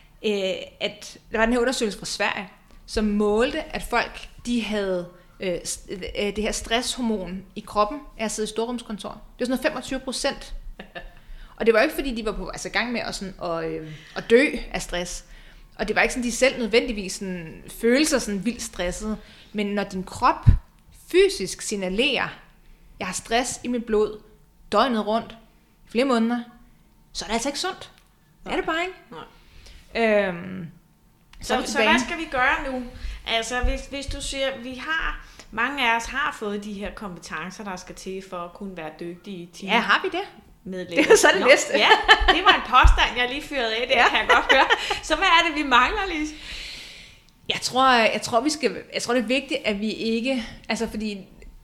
at der var den her undersøgelse fra Sverige, som målte, at folk de havde det her stresshormon i kroppen af at sidde i storrumskontor. Det var sådan noget 25%. Og det var jo ikke, fordi de var på gang med at dø af stress. Og det var ikke sådan, de selv nødvendigvis sådan, følte sig sådan vildt stresset. Men når din krop fysisk signalerer, jeg har stress i mit blod, døgnet rundt, flere måneder, så er det altså ikke sundt. Det er det bare ikke. Nej. Så hvad skal vi gøre nu? Altså, hvis du siger, mange af os har fået de her kompetencer, der skal til for at kunne være dygtige team. Ja, har vi det? Medlemmer. Det er så det næste. Ja, det var en påstand, jeg lige fyrede af, det kan jeg godt høre. Så hvad er det, vi mangler, Lise? Jeg tror, det er vigtigt, at vi ikke, altså fordi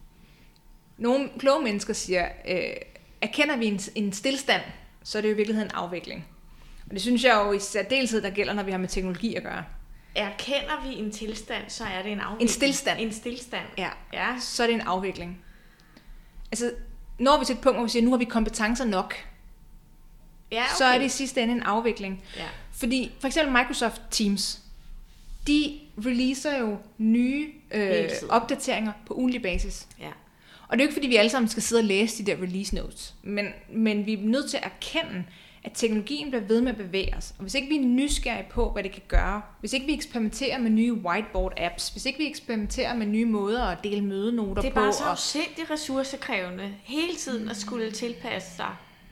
nogle kloge mennesker siger, erkender vi en stillstand, så er det jo i virkeligheden en afvikling. Og det synes jeg jo i særdeleshed, der gælder, når vi har med teknologi at gøre. Erkender vi en tilstand, så er det en afvikling. En stillstand. Ja. Så er det en afvikling. Altså, når vi til et punkt, hvor vi siger, nu har vi kompetencer nok, ja, okay. Så er det i sidste ende en afvikling. Ja. Fordi for eksempel Microsoft Teams, de releaser jo nye opdateringer på ugentlig basis. Ja. Og det er jo ikke, fordi vi alle sammen skal sidde og læse de der release notes, men vi er nødt til at erkende, at teknologien bliver ved med at bevæge os. Og hvis ikke vi er nysgerrige på, hvad det kan gøre, hvis ikke vi eksperimenterer med nye whiteboard-apps, hvis ikke vi eksperimenterer med nye måder at dele mødenoter på. Det er bare så afsindigt ressourcekrævende, hele tiden at skulle tilpasse sig.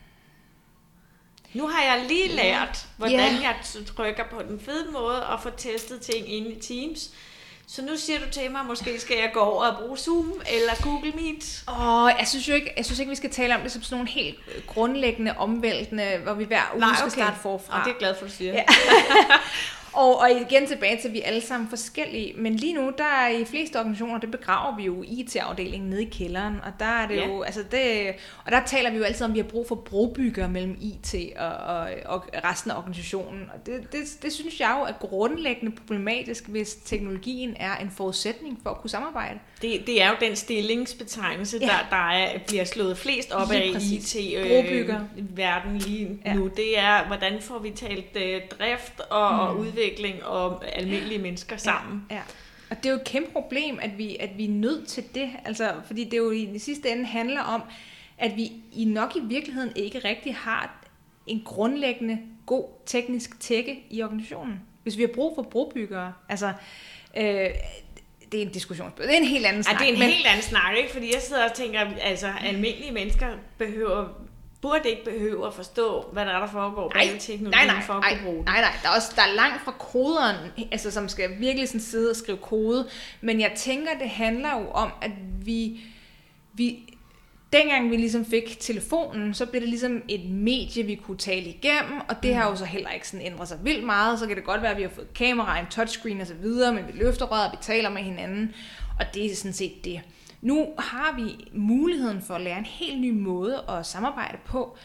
Nu har jeg lige lært, hvordan jeg trykker på den fede måde og får testet ting inde i Teams. Så nu siger du til mig, måske skal jeg gå over og bruge Zoom eller Google Meet. Jeg synes ikke, vi skal tale om det som sådan nogle helt grundlæggende, omvæltende, hvor vi hver uge skal starte forfra. Og det er glad for, du siger. Ja. Og igen tilbage til, at vi er alle sammen forskellige. Men lige nu, der er i fleste organisationer, det begraver vi jo IT-afdelingen nede i kælderen. Og der er det jo, altså og der taler vi jo altid om, at vi har brug for brobyggere mellem IT og resten af organisationen. Og det synes jeg jo er grundlæggende problematisk, hvis teknologien er en forudsætning for at kunne samarbejde. Det er jo den stillingsbetegnelse, der bliver slået flest op af IT-verden lige nu. Det er, hvordan får vi talt drift og udvikling og almindelige mennesker sammen. Ja. Og det er jo et kæmpe problem, at vi er nødt til det. Altså, fordi det jo i sidste ende handler om, at vi nok i virkeligheden ikke rigtig har en grundlæggende god teknisk tække i organisationen. Hvis vi har brug for brobyggere. Altså, det er en diskussion. Det er en helt anden snak. Det er en helt anden snak, ikke? Fordi jeg sidder og tænker, altså almindelige mennesker burde ikke behøve at forstå, hvad der foregår bag teknologien for at kunne bruge den. Nej, der er langt fra koderen, altså, som skal virkelig sådan sidde og skrive kode. Men jeg tænker, det handler jo om, at vi dengang vi ligesom fik telefonen, så blev det ligesom et medie, vi kunne tale igennem, og det har jo så heller ikke sådan ændret sig vildt meget. Så kan det godt være, at vi har fået kamera, en touchscreen og så videre, men vi løfter røret, vi taler med hinanden, og det er sådan set det. Nu har vi muligheden for at lære en helt ny måde at samarbejde på.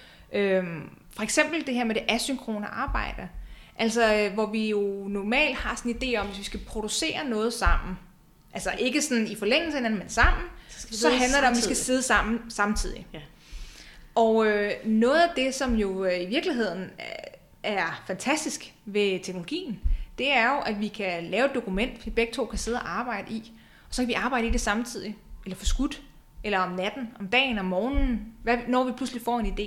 For eksempel det her med det asynkrone arbejde. Altså, hvor vi jo normalt har sådan en idé om, hvis vi skal producere noget sammen, altså ikke sådan i forlængelse af hinanden, men sammen, så handler det om, at vi skal sidde sammen samtidig. Ja. Og noget af det, som jo i virkeligheden er fantastisk ved teknologien, det er jo, at vi kan lave et dokument, vi begge to kan sidde og arbejde i, og så kan vi arbejde i det samtidig, eller forskudt, eller om natten, om dagen, om morgenen, når vi pludselig får en idé.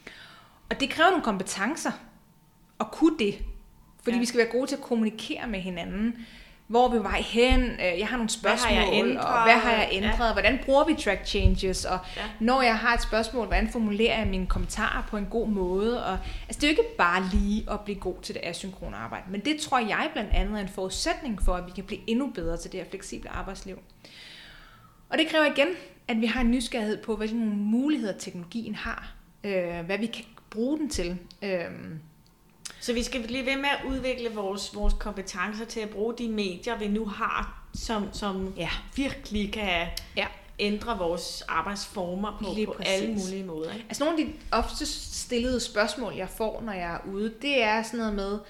Og det kræver nogle kompetencer at kunne det, fordi vi skal være gode til at kommunikere med hinanden. Hvor vi vej hen, jeg har nogle spørgsmål, hvad har jeg ændret, hvordan bruger vi track changes, og når jeg har et spørgsmål, hvordan formulerer jeg mine kommentarer på en god måde. Og, altså det er jo ikke bare lige at blive god til det asynkrone arbejde, men det tror jeg blandt andet er en forudsætning for, at vi kan blive endnu bedre til det her fleksible arbejdsliv. Og det kræver igen, at vi har en nysgerrighed på, hvilke muligheder teknologien har, hvad vi kan bruge den til. Så vi skal blive ved med at udvikle vores kompetencer til at bruge de medier, vi nu har, som virkelig kan ændre vores arbejdsformer på alle mulige måder. Ikke? Altså nogle af de ofte stillede spørgsmål, jeg får, når jeg er ude, det er sådan noget med,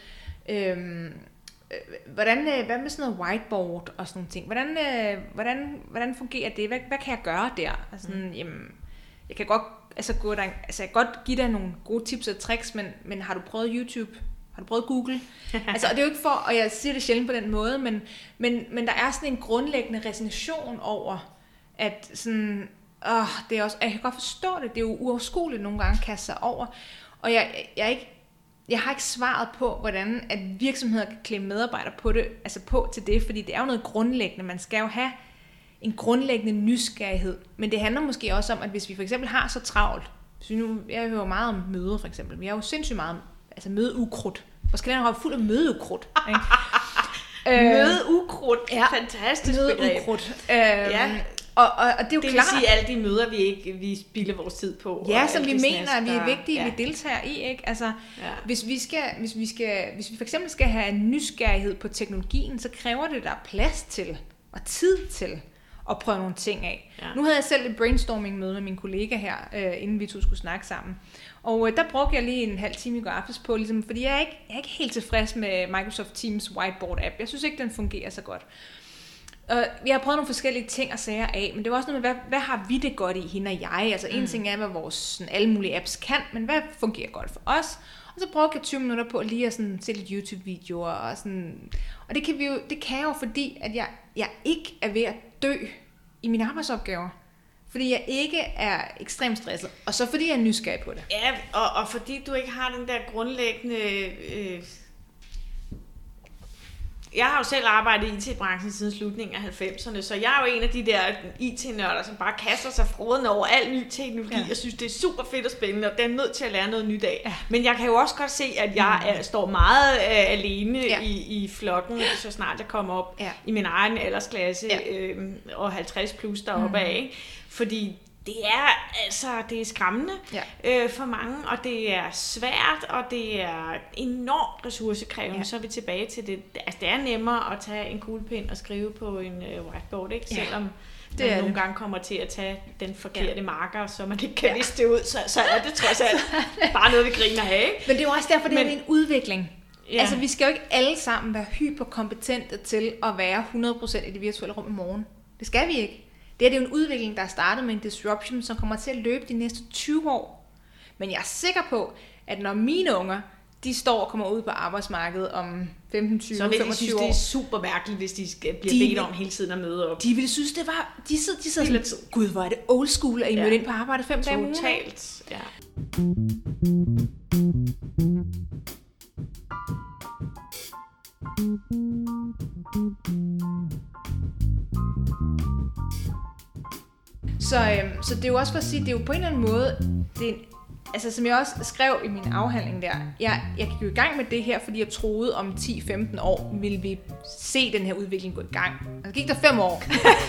hvad med sådan noget whiteboard og sådan nogle ting? Hvordan fungerer det? Hvad kan jeg gøre der? Altså, jamen, jeg kan godt, gå der, altså jeg kan godt give dig nogle gode tips og tricks, men har du prøvet YouTube? Har du prøvet Google? Altså, og det er jo ikke for, og jeg siger det sjældent på den måde, men der er sådan en grundlæggende resignation over, at sådan, det er også, jeg kan godt forstå det, det er jo uoverskueligt nogle gange at kaste sig over, og jeg har ikke svaret på, hvordan at virksomheder kan klemme medarbejdere på det, altså på til det, fordi det er jo noget grundlæggende. Man skal jo have en grundlæggende nysgerrighed, men det handler måske også om, at hvis vi for eksempel har så travlt, jeg hører meget om møder for eksempel, vi har jo sindssygt meget mødeukrudt. Vores kalender har fuld af mødeukrudt. Mødeukrudt, ja, fantastisk begreb. Mødeukrudt. Og det er jo det klart. Det vil sige alle de møder, vi spilder vores tid på. Ja, som vi mener, at vi er vigtige, vi deltager i. Ikke? Altså, hvis vi for eksempel skal have en nysgerrighed på teknologien, så kræver det, at der er plads til og tid til at prøve nogle ting af. Ja. Nu havde jeg selv et brainstorming-møde med min kollega her, inden vi to skulle snakke sammen. Og der brugte jeg lige en halv time i går aftes på, ligesom, fordi jeg er ikke helt tilfreds med Microsoft Teams Whiteboard-app. Jeg synes ikke, den fungerer så godt. Vi har prøvet nogle forskellige ting og sager af, men det var også noget med, hvad har vi det godt i, hende og jeg? Altså en ting er, hvad vores sådan, alle mulige apps kan, men hvad fungerer godt for os? Og så brugte jeg 20 minutter på lige at sådan, se lidt YouTube-videoer og sådan. Og det kan jeg jo, fordi at jeg ikke er ved at dø i mine arbejdsopgaver. Fordi jeg ikke er ekstremt stresset, og så fordi jeg er nysgerrig på det. Ja, og fordi du ikke har den der grundlæggende... Jeg har jo selv arbejdet i IT-branchen siden slutningen af 90'erne, så jeg er jo en af de der IT-nørder, som bare kaster sig frådende over al ny teknologi. Ja. Jeg synes, det er super fedt og spændende, og den er nødt til at lære noget nyt af. Ja. Men jeg kan jo også godt se, at jeg står meget alene i flokken, så snart jeg kommer op i min egen aldersklasse, og 50 plus deroppe af. Ikke? Fordi det er skræmmende for mange, og det er svært, og det er enormt ressourcekrævende. Så er vi tilbage til det. Altså, det er nemmere at tage en kuglepen og skrive på en whiteboard, ikke? Selvom man nogle gange kommer til at tage den forkerte marker, så man ikke kan liste det ud, så er det trods alt bare noget, vi griner af. Ikke? Men det er jo også derfor, det er en udvikling. Ja. Altså, vi skal jo ikke alle sammen være hyperkompetente til at være 100% i det virtuelle rum i morgen. Det skal vi ikke. Det er jo en udvikling, der er startet med en disruption, som kommer til at løbe de næste 20 år. Men jeg er sikker på, at når mine unger, de står og kommer ud på arbejdsmarkedet om 15, 20, 25 år. Så vil de synes, det er super mærkeligt, hvis de bliver bedt om hele tiden at møde op. De ville synes, det var... De sidder sådan lidt, gud, hvor er det old school, at I mødte ind på arbejde 5 dage om ugen. Totalt, ja. Så det er jo også for at sige, det er jo på en eller anden måde, altså som jeg også skrev i min afhandling der, jeg gik jo i gang med det her, fordi jeg troede om 10-15 år, ville vi se den her udvikling gå i gang. Og så gik der 5 år.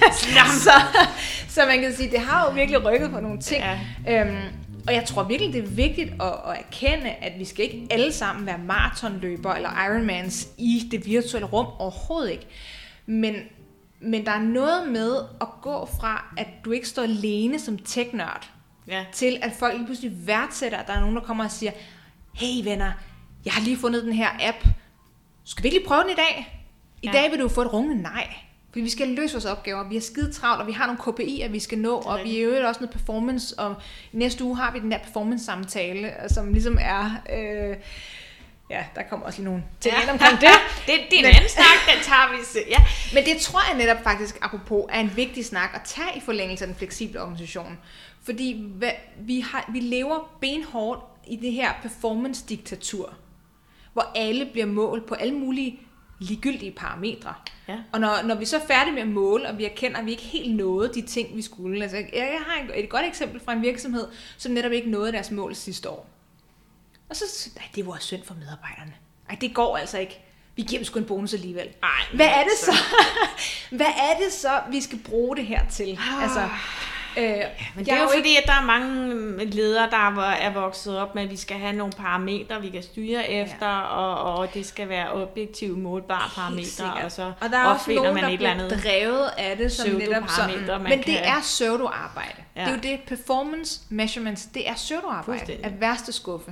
så man kan sige, det har jo virkelig rykket på nogle ting. Ja. Og jeg tror virkelig, det er vigtigt at erkende, at vi skal ikke alle sammen være maratonløbere eller Ironmans i det virtuelle rum. Overhovedet ikke. Men der er noget med at gå fra, at du ikke står alene som tech-nørd, til at folk lige pludselig værdsætter, at der er nogen, der kommer og siger, hey venner, jeg har lige fundet den her app. Skal vi ikke lige prøve den i dag? I dag vil du få et rungende nej. Fordi vi skal løse vores opgaver. Vi har skide travlt, og vi har nogle KPI'er, vi skal nå, og vi er jo også noget performance, og næste uge har vi den der performance-samtale, som ligesom er... der kommer også lige nogle ting ind omkring det. Det er en anden snak, den tager vi. Ja. Men det tror jeg netop faktisk, apropos, er en vigtig snak at tage i forlængelse af den fleksible organisation. Fordi vi lever benhårdt i det her performance-diktatur, hvor alle bliver målt på alle mulige ligegyldige parametre. Ja. Og når vi så er færdige med at måle, og vi erkender, at vi ikke helt nåede de ting, vi skulle. Altså, jeg har et godt eksempel fra en virksomhed, som netop ikke nåede deres mål sidste år. Og så, det var synd for medarbejderne. Det går altså ikke. Vi giver dem sgu en bonus alligevel. Hvad er det så, vi skal bruge det her til? Altså, men det er jo fordi, at der er mange ledere, der er vokset op med, at vi skal have nogle parametre, vi kan styre efter, og det skal være objektive, målbare parametre. Og der er også nogen, der bliver drevet af det, som netop sådan. Men det er pseudo-arbejde. Ja. Det er jo det, performance measurements, det er pseudo-arbejde af værste skuffe.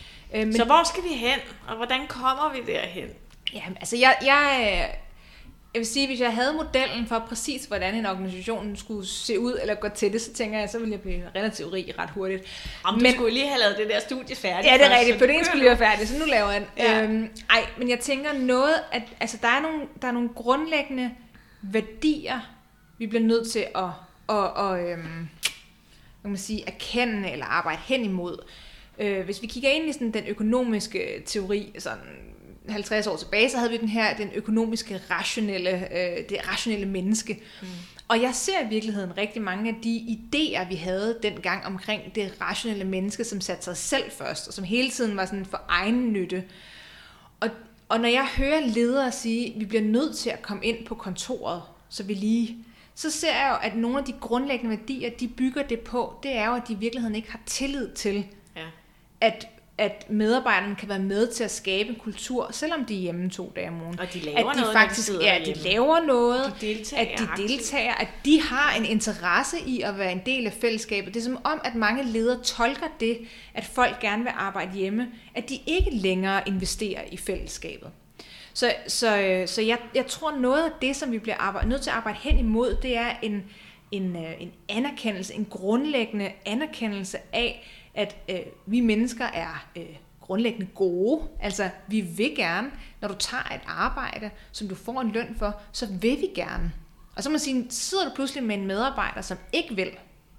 Så hvor skal vi hen, og hvordan kommer vi derhen? Jamen, altså Jeg vil sige, hvis jeg havde modellen for præcis, hvordan en organisation skulle se ud eller gå til det, så tænker jeg, så ville jeg blive relativt rig ret hurtigt. Men du skulle lige have lavet det der studie færdigt. Ja, det er rigtigt. For det skulle lige være færdigt, så nu laver jeg den. Ja. Men jeg tænker noget, at altså, der er nogle grundlæggende værdier, vi bliver nødt til at kan man sige, erkende eller arbejde hen imod. Hvis vi kigger ind i sådan den økonomiske teori, sådan 50 år tilbage, så havde vi den økonomiske det rationelle menneske. Og jeg ser i virkeligheden rigtig mange af de idéer, vi havde dengang omkring det rationelle menneske, som satte sig selv først, og som hele tiden var sådan for egen nytte. Og når jeg hører ledere sige, at vi bliver nødt til at komme ind på kontoret, så ser jeg jo, at nogle af de grundlæggende værdier, de bygger det på, det er jo, at de i virkeligheden ikke har tillid til, at medarbejderne kan være med til at skabe en kultur, selvom de er hjemme 2 dage om ugen. Og de laver noget, de laver noget, de deltager, at de har en interesse i at være en del af fællesskabet. Det er som om, at mange ledere tolker det, at folk gerne vil arbejde hjemme, at de ikke længere investerer i fællesskabet. Så jeg tror, noget af det, som vi bliver nødt til at arbejde hen imod, det er en anerkendelse, en grundlæggende anerkendelse af, at vi mennesker er grundlæggende gode. Altså, vi vil gerne, når du tager et arbejde, som du får en løn for, så vil vi gerne. Og så må man sige, sidder du pludselig med en medarbejder, som ikke vil,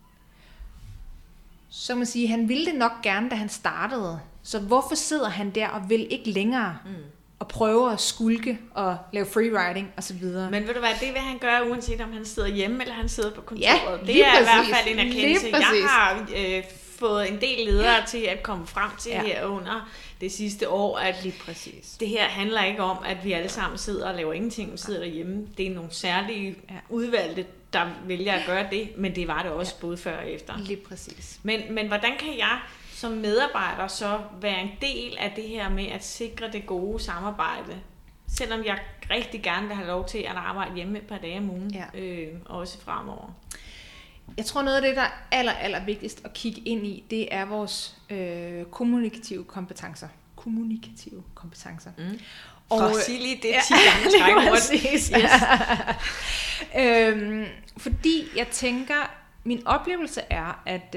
så må man sige, han ville det nok gerne, da han startede. Så hvorfor sidder han der og vil ikke længere? Og prøver at skulke og lave freeriding og så videre. Men ved du hvad, det vil han gøre, uanset om han sidder hjemme eller han sidder på kontoret. Ja, det er i hvert fald en erkendelse. Jeg har fået en del ledere til at komme frem til her under det sidste år, at lige præcis. Det her handler ikke om, at vi alle sammen sidder og laver ingenting, vi sidder derhjemme. Det er nogle særlige udvalgte, der vælger at gøre det, men det var det også både før og efter. Lige præcis. Men hvordan kan jeg som medarbejder så være en del af det her med at sikre det gode samarbejde, selvom jeg rigtig gerne vil have lov til at arbejde hjemme et par dage om ugen, også fremover? Jeg tror, noget af det, der er aller vigtigst at kigge ind i, det er vores kommunikative kompetencer. Og sige lige det 10 gange træk. Fordi jeg tænker, min oplevelse er, at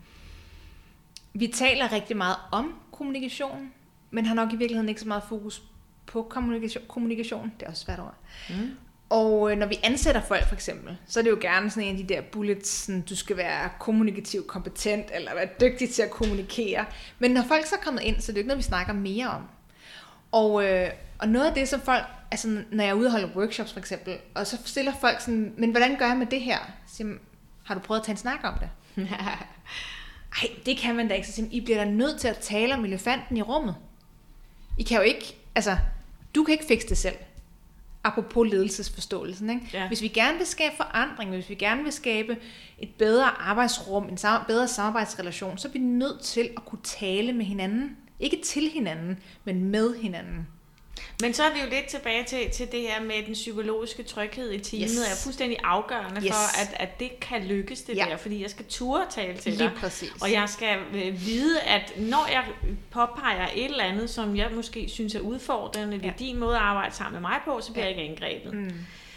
vi taler rigtig meget om kommunikation, men har nok i virkeligheden ikke så meget fokus på kommunikation. Det er også svært ord. Og når vi ansætter folk for eksempel, så er det jo gerne sådan en af de der bullets, sådan, du skal være kommunikativt kompetent, eller være dygtig til at kommunikere. Men når folk så er kommet ind, så er det jo ikke noget, vi snakker mere om. Og noget af det, som folk, altså når jeg er ude og holde workshops for eksempel, og så stiller folk sådan, men hvordan gør jeg med det her? Så siger, har du prøvet at tage en snak om det? Ej, det kan man da ikke. Så I bliver da nødt til at tale om elefanten i rummet. I kan jo ikke, altså, du kan ikke fikse det selv. Apropos ledelsesforståelsen, ikke? Ja. Hvis vi gerne vil skabe forandring, hvis vi gerne vil skabe et bedre arbejdsrum, en bedre samarbejdsrelation, så er vi nødt til at kunne tale med hinanden. Ikke til hinanden, men med hinanden. Men så er vi jo lidt tilbage til det her med den psykologiske tryghed i teamet. Yes. Er fuldstændig afgørende for, at det kan lykkes det der, fordi jeg skal turde tale til dig. Præcis. Og jeg skal vide, at når jeg påpeger et eller andet, som jeg måske synes er udfordrende ved din måde at arbejde sammen med mig på, så bliver jeg ikke angrebet.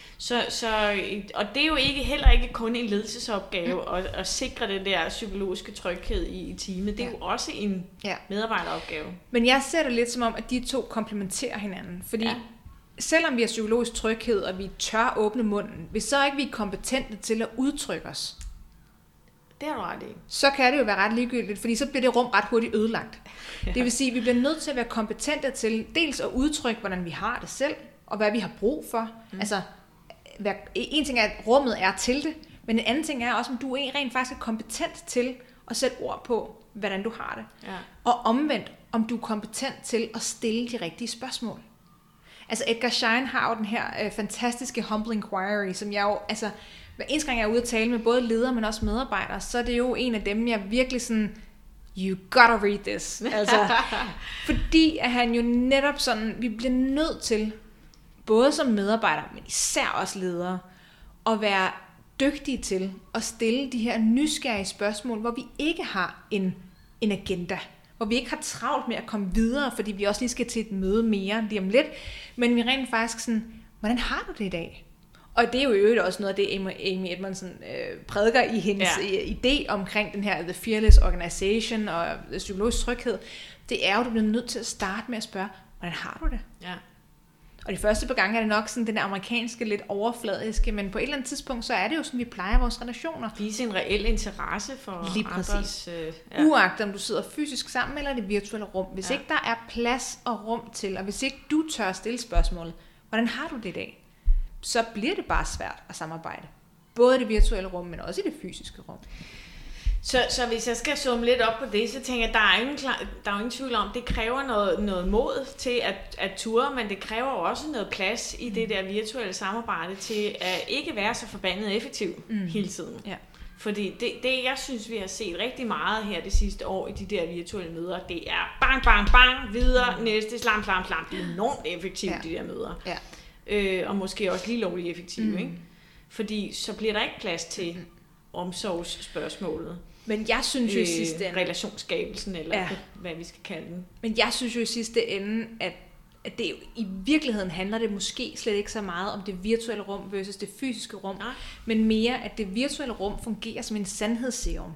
Og det er jo heller ikke kun en ledelsesopgave at sikre den der psykologiske tryghed i teamet. Det er jo også en medarbejderopgave. Men jeg ser det lidt som om, at de to komplementerer hinanden. Fordi selvom vi har psykologisk tryghed, og vi tør åbne munden, hvis så ikke vi er kompetente til at udtrykke os, det har du ret i, så kan det jo være ret ligegyldigt, fordi så bliver det rum ret hurtigt ødelagt. Det vil sige, at vi bliver nødt til at være kompetente til dels at udtrykke, hvordan vi har det selv, og hvad vi har brug for. Altså, en ting er, at rummet er til det, men en anden ting er også, om du rent faktisk er kompetent til at sætte ord på, hvordan du har det. Ja. Og omvendt, om du er kompetent til at stille de rigtige spørgsmål. Altså Edgar Schein har jo den her fantastiske Humble Inquiry, som jeg jo, altså hver eneste gang jeg er ude at tale med både ledere, men også medarbejdere, så er det jo en af dem, jeg virkelig sådan, you gotta read this. Altså, fordi at han jo netop sådan, vi bliver nødt til, både som medarbejdere, men især også ledere, at være dygtige til at stille de her nysgerrige spørgsmål, hvor vi ikke har en agenda, hvor vi ikke har travlt med at komme videre, fordi vi også lige skal til et møde mere lige om lidt, men vi rent faktisk sådan hvordan har du det i dag? Og det er jo i øvrigt også noget af det, Amy Edmondson prædiker i hendes idé omkring den her The Fearless Organization og psykologisk tryghed. Det er jo, du bliver nødt til at starte med at spørge, hvordan har du det? Ja. Og de første par gange er det nok sådan den amerikanske, lidt overfladiske, men på et eller andet tidspunkt, så er det jo sådan, vi plejer vores relationer. Vise en reel interesse for lige andres... Uagtet om du sidder fysisk sammen eller i det virtuelle rum. Hvis ikke der er plads og rum til, og hvis ikke du tør stille spørgsmålet, hvordan har du det i dag? Så bliver det bare svært at samarbejde. Både i det virtuelle rum, men også i det fysiske rum. Så hvis jeg skal zoome lidt op på det, så tænker jeg, der er jo ingen tvivl om, det kræver noget mod til at ture, men det kræver jo også noget plads i det der virtuelle samarbejde til at ikke være så forbandet effektiv hele tiden. Ja. Fordi det, jeg synes, vi har set rigtig meget her det sidste år i de der virtuelle møder, det er bang, bang, bang, videre, næste, slam, slam, slam. Det er enormt effektivt, de der møder. Ja. Og måske også lige lovligt effektivt, ikke? Fordi så bliver der ikke plads til omsorgsspørgsmålet. Men jeg synes jo i sidste ende... relationsskabelsen, eller hvad vi skal kalde den. Men jeg synes jo i sidste ende, at det jo, i virkeligheden handler det måske slet ikke så meget om det virtuelle rum versus det fysiske rum, men mere, at det virtuelle rum fungerer som en sandhedsserum.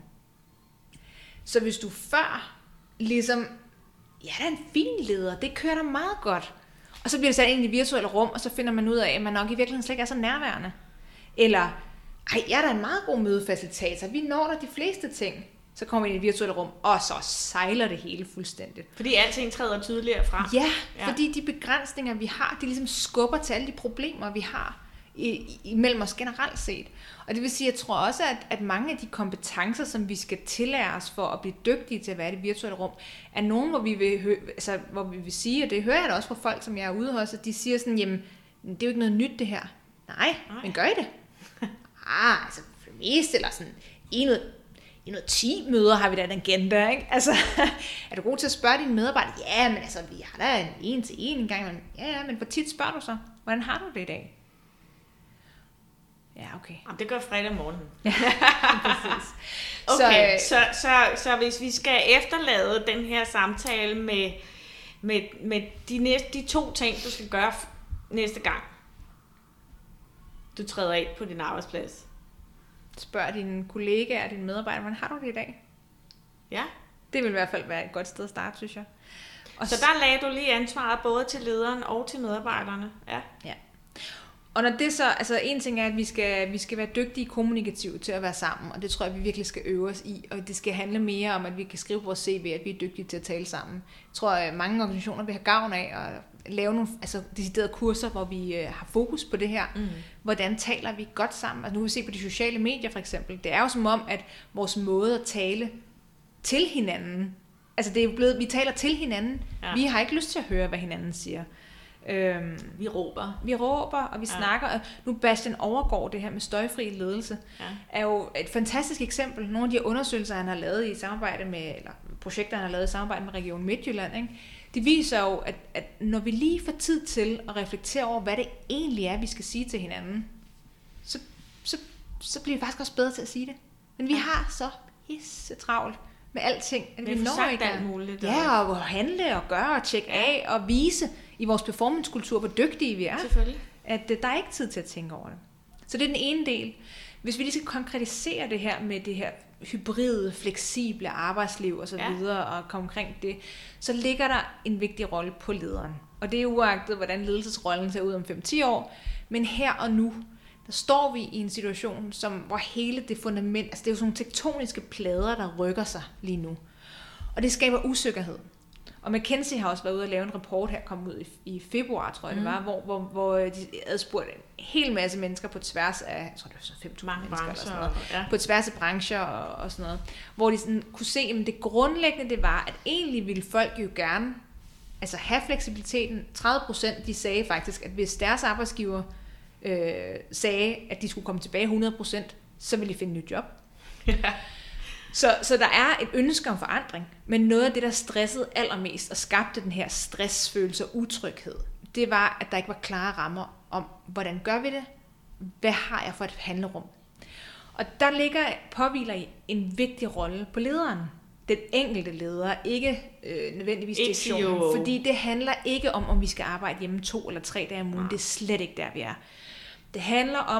Så hvis du før ligesom, ja, der er en fin leder, det kører da meget godt, og så bliver det sat ind i det virtuelle rum, og så finder man ud af, at man nok i virkeligheden slet ikke er så nærværende. Eller, jeg er da en meget god mødefacilitator, vi når der de fleste ting. Så kommer vi ind i det virtuelle rum, og så sejler det hele fuldstændigt. Fordi alting træder tydeligere frem. Ja, fordi de begrænsninger, vi har, de ligesom skubber til alle de problemer, vi har imellem os generelt set. Og det vil sige, jeg tror også, at mange af de kompetencer, som vi skal tillære os for at blive dygtige til at være i det virtuelle rum, er nogen, hvor vi vil sige, og det hører jeg da også fra folk, som jeg er ude hos, at de siger sådan, jamen, det er jo ikke noget nyt det her. Nej. Men gør I det? Altså for det meste, eller sådan, i noget 10 møder har vi da en agenda, ikke? Altså, er du god til at spørge dine medarbejdere? Ja, men altså, vi har da en til en gang. Men, ja, men hvor tit spørger du så? Hvordan har du det i dag? Ja, okay. Jamen, det gør fredag morgen. Ja, præcis. Okay, så hvis vi skal efterlade den her samtale med de 2 ting, du skal gøre næste gang, du træder ind på din arbejdsplads. Spørg dine kollegaer og dine medarbejdere, hvordan har du det i dag? Ja. Det vil i hvert fald være et godt sted at starte, synes jeg. Og så der lagde du lige ansvaret både til lederen og til medarbejderne. Ja. Og når det så, altså en ting er, at vi skal være dygtige kommunikativt til at være sammen, og det tror jeg, vi virkelig skal øve os i, og det skal handle mere om, at vi kan skrive på vores CV, at vi er dygtige til at tale sammen. Jeg tror, at mange organisationer vil have gavn af at lave nogle deciderede kurser, hvor vi har fokus på det her. Hvordan taler vi godt sammen? Altså nu kan vi se på de sociale medier for eksempel. Det er jo som om, at vores måde at tale til hinanden, altså det er jo blevet, vi taler til hinanden. Ja. Vi har ikke lyst til at høre, hvad hinanden siger. Vi råber, og vi snakker. Nu Bastian Overgaard, det her med støjfri ledelse, er jo et fantastisk eksempel. Nogle af de undersøgelser, han har lavet i samarbejde med, eller projekter, han har lavet i samarbejde med Region Midtjylland, ikke? De viser jo, at når vi lige får tid til at reflektere over, hvad det egentlig er, vi skal sige til hinanden, så bliver vi faktisk også bedre til at sige det. Men vi har så pisse travlt med alting, at vi når ikke alt muligt. Ja, og handle og gøre og tjekke af og vise i vores performancekultur, hvor dygtige vi er. Selvfølgelig. At der er ikke tid til at tænke over det. Så det er den ene del. Hvis vi lige skal konkretisere det her med det her hybride, fleksible arbejdsliv og så videre, og komme omkring det, så ligger der en vigtig rolle på lederen. Og det er uagtet, hvordan ledelsesrollen ser ud om 5-10 år. Men her og nu, der står vi i en situation, hvor hele det fundament, altså det er jo sådan nogle tektoniske plader, der rykker sig lige nu. Og det skaber usikkerhed. Og McKinsey har også været ude og lave en rapport her, kom ud i februar, tror jeg det var, hvor de adspurgte en hel masse mennesker på tværs af, jeg tror det var så 5.000 mennesker eller sådan noget, på tværs af brancher og sådan noget, hvor de sådan kunne se, at det grundlæggende det var, at egentlig ville folk jo gerne have fleksibiliteten. 30% de sagde faktisk, at hvis deres arbejdsgiver sagde, at de skulle komme tilbage 100%, så ville de finde et nyt job. Så der er et ønske om forandring, men noget af det, der stressede allermest og skabte den her stressfølelse og utryghed, det var, at der ikke var klare rammer om, hvordan gør vi det? Hvad har jeg for et handlerum? Og der påhviler en vigtig rolle på lederen den enkelte leder, ikke nødvendigvis direktionen. Fordi det handler ikke om vi skal arbejde hjemme 2 eller 3 dage om ugen. Det er slet ikke der, vi er. Det handler om,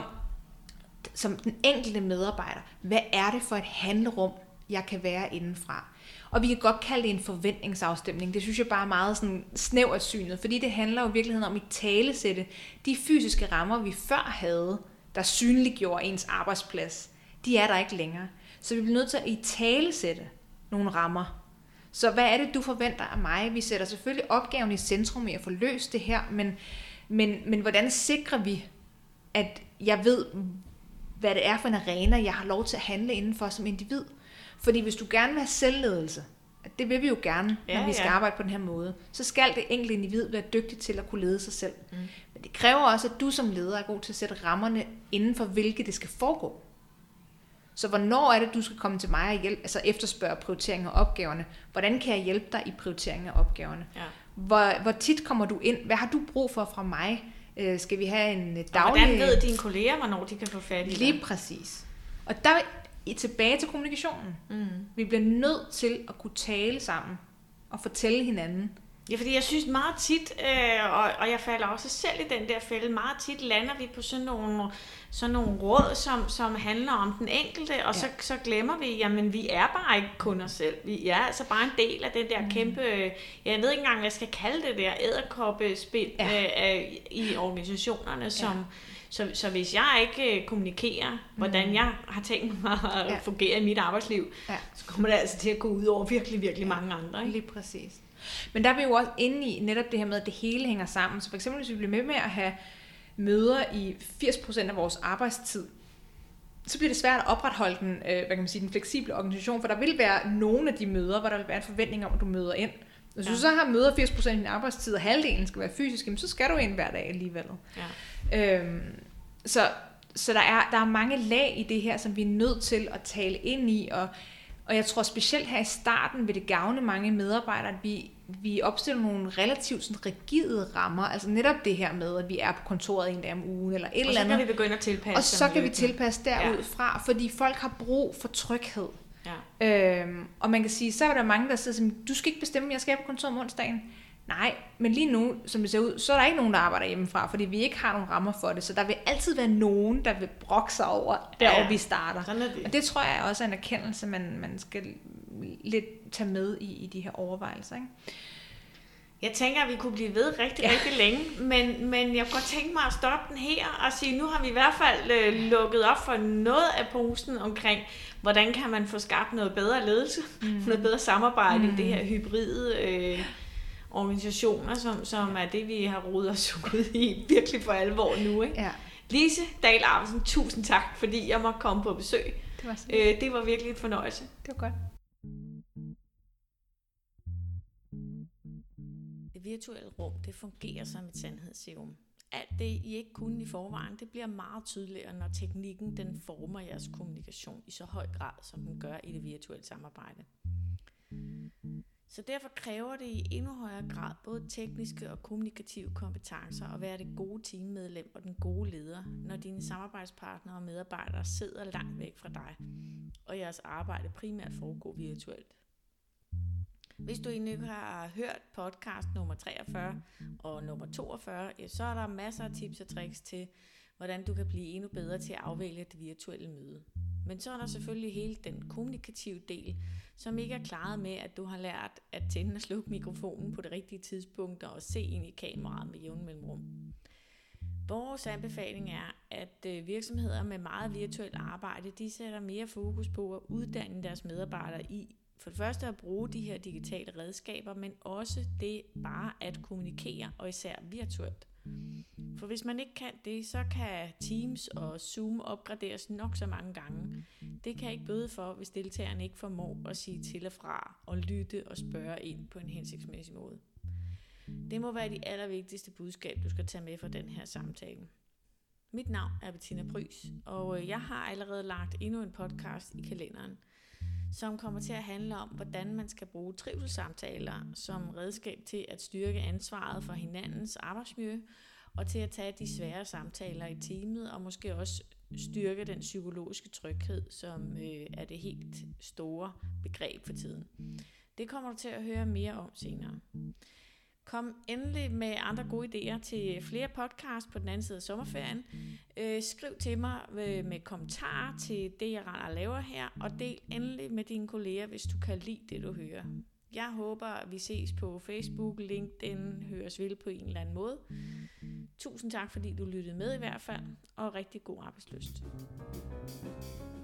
som den enkelte medarbejder, hvad er det for et handlerum, jeg kan være indenfra? Og vi kan godt kalde det en forventningsafstemning. Det synes jeg bare er meget sådan snævert synet, fordi det handler jo i virkeligheden om at italesætte de fysiske rammer, vi før havde, der synliggjorde ens arbejdsplads. De er der ikke længere. Så vi bliver nødt til at italesætte nogle rammer. Så hvad er det, du forventer af mig? Vi sætter selvfølgelig opgaven i centrum i at få løst det her, men hvordan sikrer vi, at jeg ved, hvad det er for en arena, jeg har lov til at handle indenfor som individ? Fordi hvis du gerne vil have selvledelse, det vil vi jo gerne, når vi skal arbejde på den her måde, så skal det enkelte individ være dygtig til at kunne lede sig selv. Men det kræver også, at du som leder er god til at sætte rammerne inden for, hvilke det skal foregå. Så hvornår er det, du skal komme til mig og hjælpe, altså efterspørge prioriteringen af opgaverne? Hvordan kan jeg hjælpe dig i prioriteringen af opgaverne? Ja. Hvor tit kommer du ind? Hvad har du brug for fra mig? Skal vi have en daglig... Og hvordan ved dine kolleger, hvornår de kan få fat i dig? Lige præcis. Og der tilbage til kommunikationen. Vi bliver nødt til at kunne tale sammen og fortælle hinanden. Ja, fordi jeg synes meget tit, og jeg falder også selv i den der fælde, meget tit lander vi på sådan nogle råd, som handler om den enkelte, og så glemmer vi, jamen vi er bare ikke kun os selv. Vi er altså bare en del af den der kæmpe, jeg ved ikke engang, hvad jeg skal kalde det der, edderkoppespind i organisationerne, Så hvis jeg ikke kommunikerer, hvordan jeg har tænkt mig at fungere i mit arbejdsliv, så kommer det altså til at gå ud over virkelig, virkelig mange andre. Ikke? Lige præcis. Men der er vi jo også inde i netop det her med, at det hele hænger sammen. Så for eksempel, hvis vi bliver med at have møder i 80% af vores arbejdstid, så bliver det svært at opretholde den fleksible organisation, for der vil være nogle af de møder, hvor der vil være en forventning om, at du møder ind. Hvis du så har møder 80% af din arbejdstid, og halvdelen skal være fysisk, så skal du ind hver dag alligevel. Ja. Så der er mange lag i det her, som vi er nødt til at tale ind i, og jeg tror specielt her i starten vil det gavne mange medarbejdere, at vi opstiller nogle relativt sådan rigide rammer, altså netop det her med, at vi er på kontoret en dag om ugen, eller et eller andet. Og så kan vi begynde at tilpasse. Og så kan vi tilpasse derudfra, fordi folk har brug for tryghed. Ja. Og man kan sige, så er der mange, der siger, du skal ikke bestemme, jeg skal på kontoret om onsdagen. Nej, men lige nu, som det ser ud, så er der ikke nogen, der arbejder hjemmefra, fordi vi ikke har nogen rammer for det. Så der vil altid være nogen, der vil brokke sig over, hvor vi starter. Og det tror jeg også er en erkendelse, man skal lidt tage med i de her overvejelser. Ikke? Jeg tænker, at vi kunne blive ved rigtig længe, men jeg kunne godt tænke mig at stoppe den her og sige, nu har vi i hvert fald lukket op for noget af posen omkring, hvordan kan man få skabt noget bedre ledelse, noget bedre samarbejde i det her hybride organisationer, som er det, vi har rodet os ud i virkelig for alvor nu. Ikke? Ja. Lise Dahl Arvesen, tusind tak, fordi jeg måtte komme på besøg. Det var virkelig en fornøjelse. Det var godt. Det virtuelle rum, det fungerer som et sandhedsserum. Alt det, I ikke kunne i forvejen, det bliver meget tydeligere, når teknikken den former jeres kommunikation i så høj grad, som den gør i det virtuelle samarbejde. Så derfor kræver det i endnu højere grad både tekniske og kommunikative kompetencer at være det gode teammedlem og den gode leder, når dine samarbejdspartnere og medarbejdere sidder langt væk fra dig, og jeres arbejde primært foregår virtuelt. Hvis du endnu ikke har hørt podcast nummer 43 og nummer 42, så er der masser af tips og tricks til, hvordan du kan blive endnu bedre til at afvælge det virtuelle møde. Men så er der selvfølgelig hele den kommunikative del, som ikke er klaret med, at du har lært at tænde og slukke mikrofonen på det rigtige tidspunkt og se ind i kameraet med jævne mellemrum. Vores anbefaling er, at virksomheder med meget virtuelt arbejde, de sætter mere fokus på at uddanne deres medarbejdere i for det første at bruge de her digitale redskaber, men også det bare at kommunikere, og især virtuelt. For hvis man ikke kan det, så kan Teams og Zoom opgraderes nok så mange gange. Det kan jeg ikke bøde for, hvis deltagerne ikke formår at sige til og fra, og lytte og spørge ind på en hensigtsmæssig måde. Det må være de allervigtigste budskab, du skal tage med fra den her samtale. Mit navn er Bettina Brys, og jeg har allerede lagt endnu en podcast i kalenderen, som kommer til at handle om, hvordan man skal bruge trivselssamtaler som redskab til at styrke ansvaret for hinandens arbejdsmiljø, og til at tage de svære samtaler i teamet, og måske også styrke den psykologiske tryghed, som er det helt store begreb for tiden. Det kommer du til at høre mere om senere. Kom endelig med andre gode idéer til flere podcasts på den anden side af sommerferien. Skriv til mig med kommentarer til det, jeg render og laver her, og del endelig med dine kolleger, hvis du kan lide det, du hører. Jeg håber, at vi ses på Facebook, LinkedIn, høres ved på en eller anden måde. Tusind tak, fordi du lyttede med i hvert fald, og rigtig god arbejdslyst.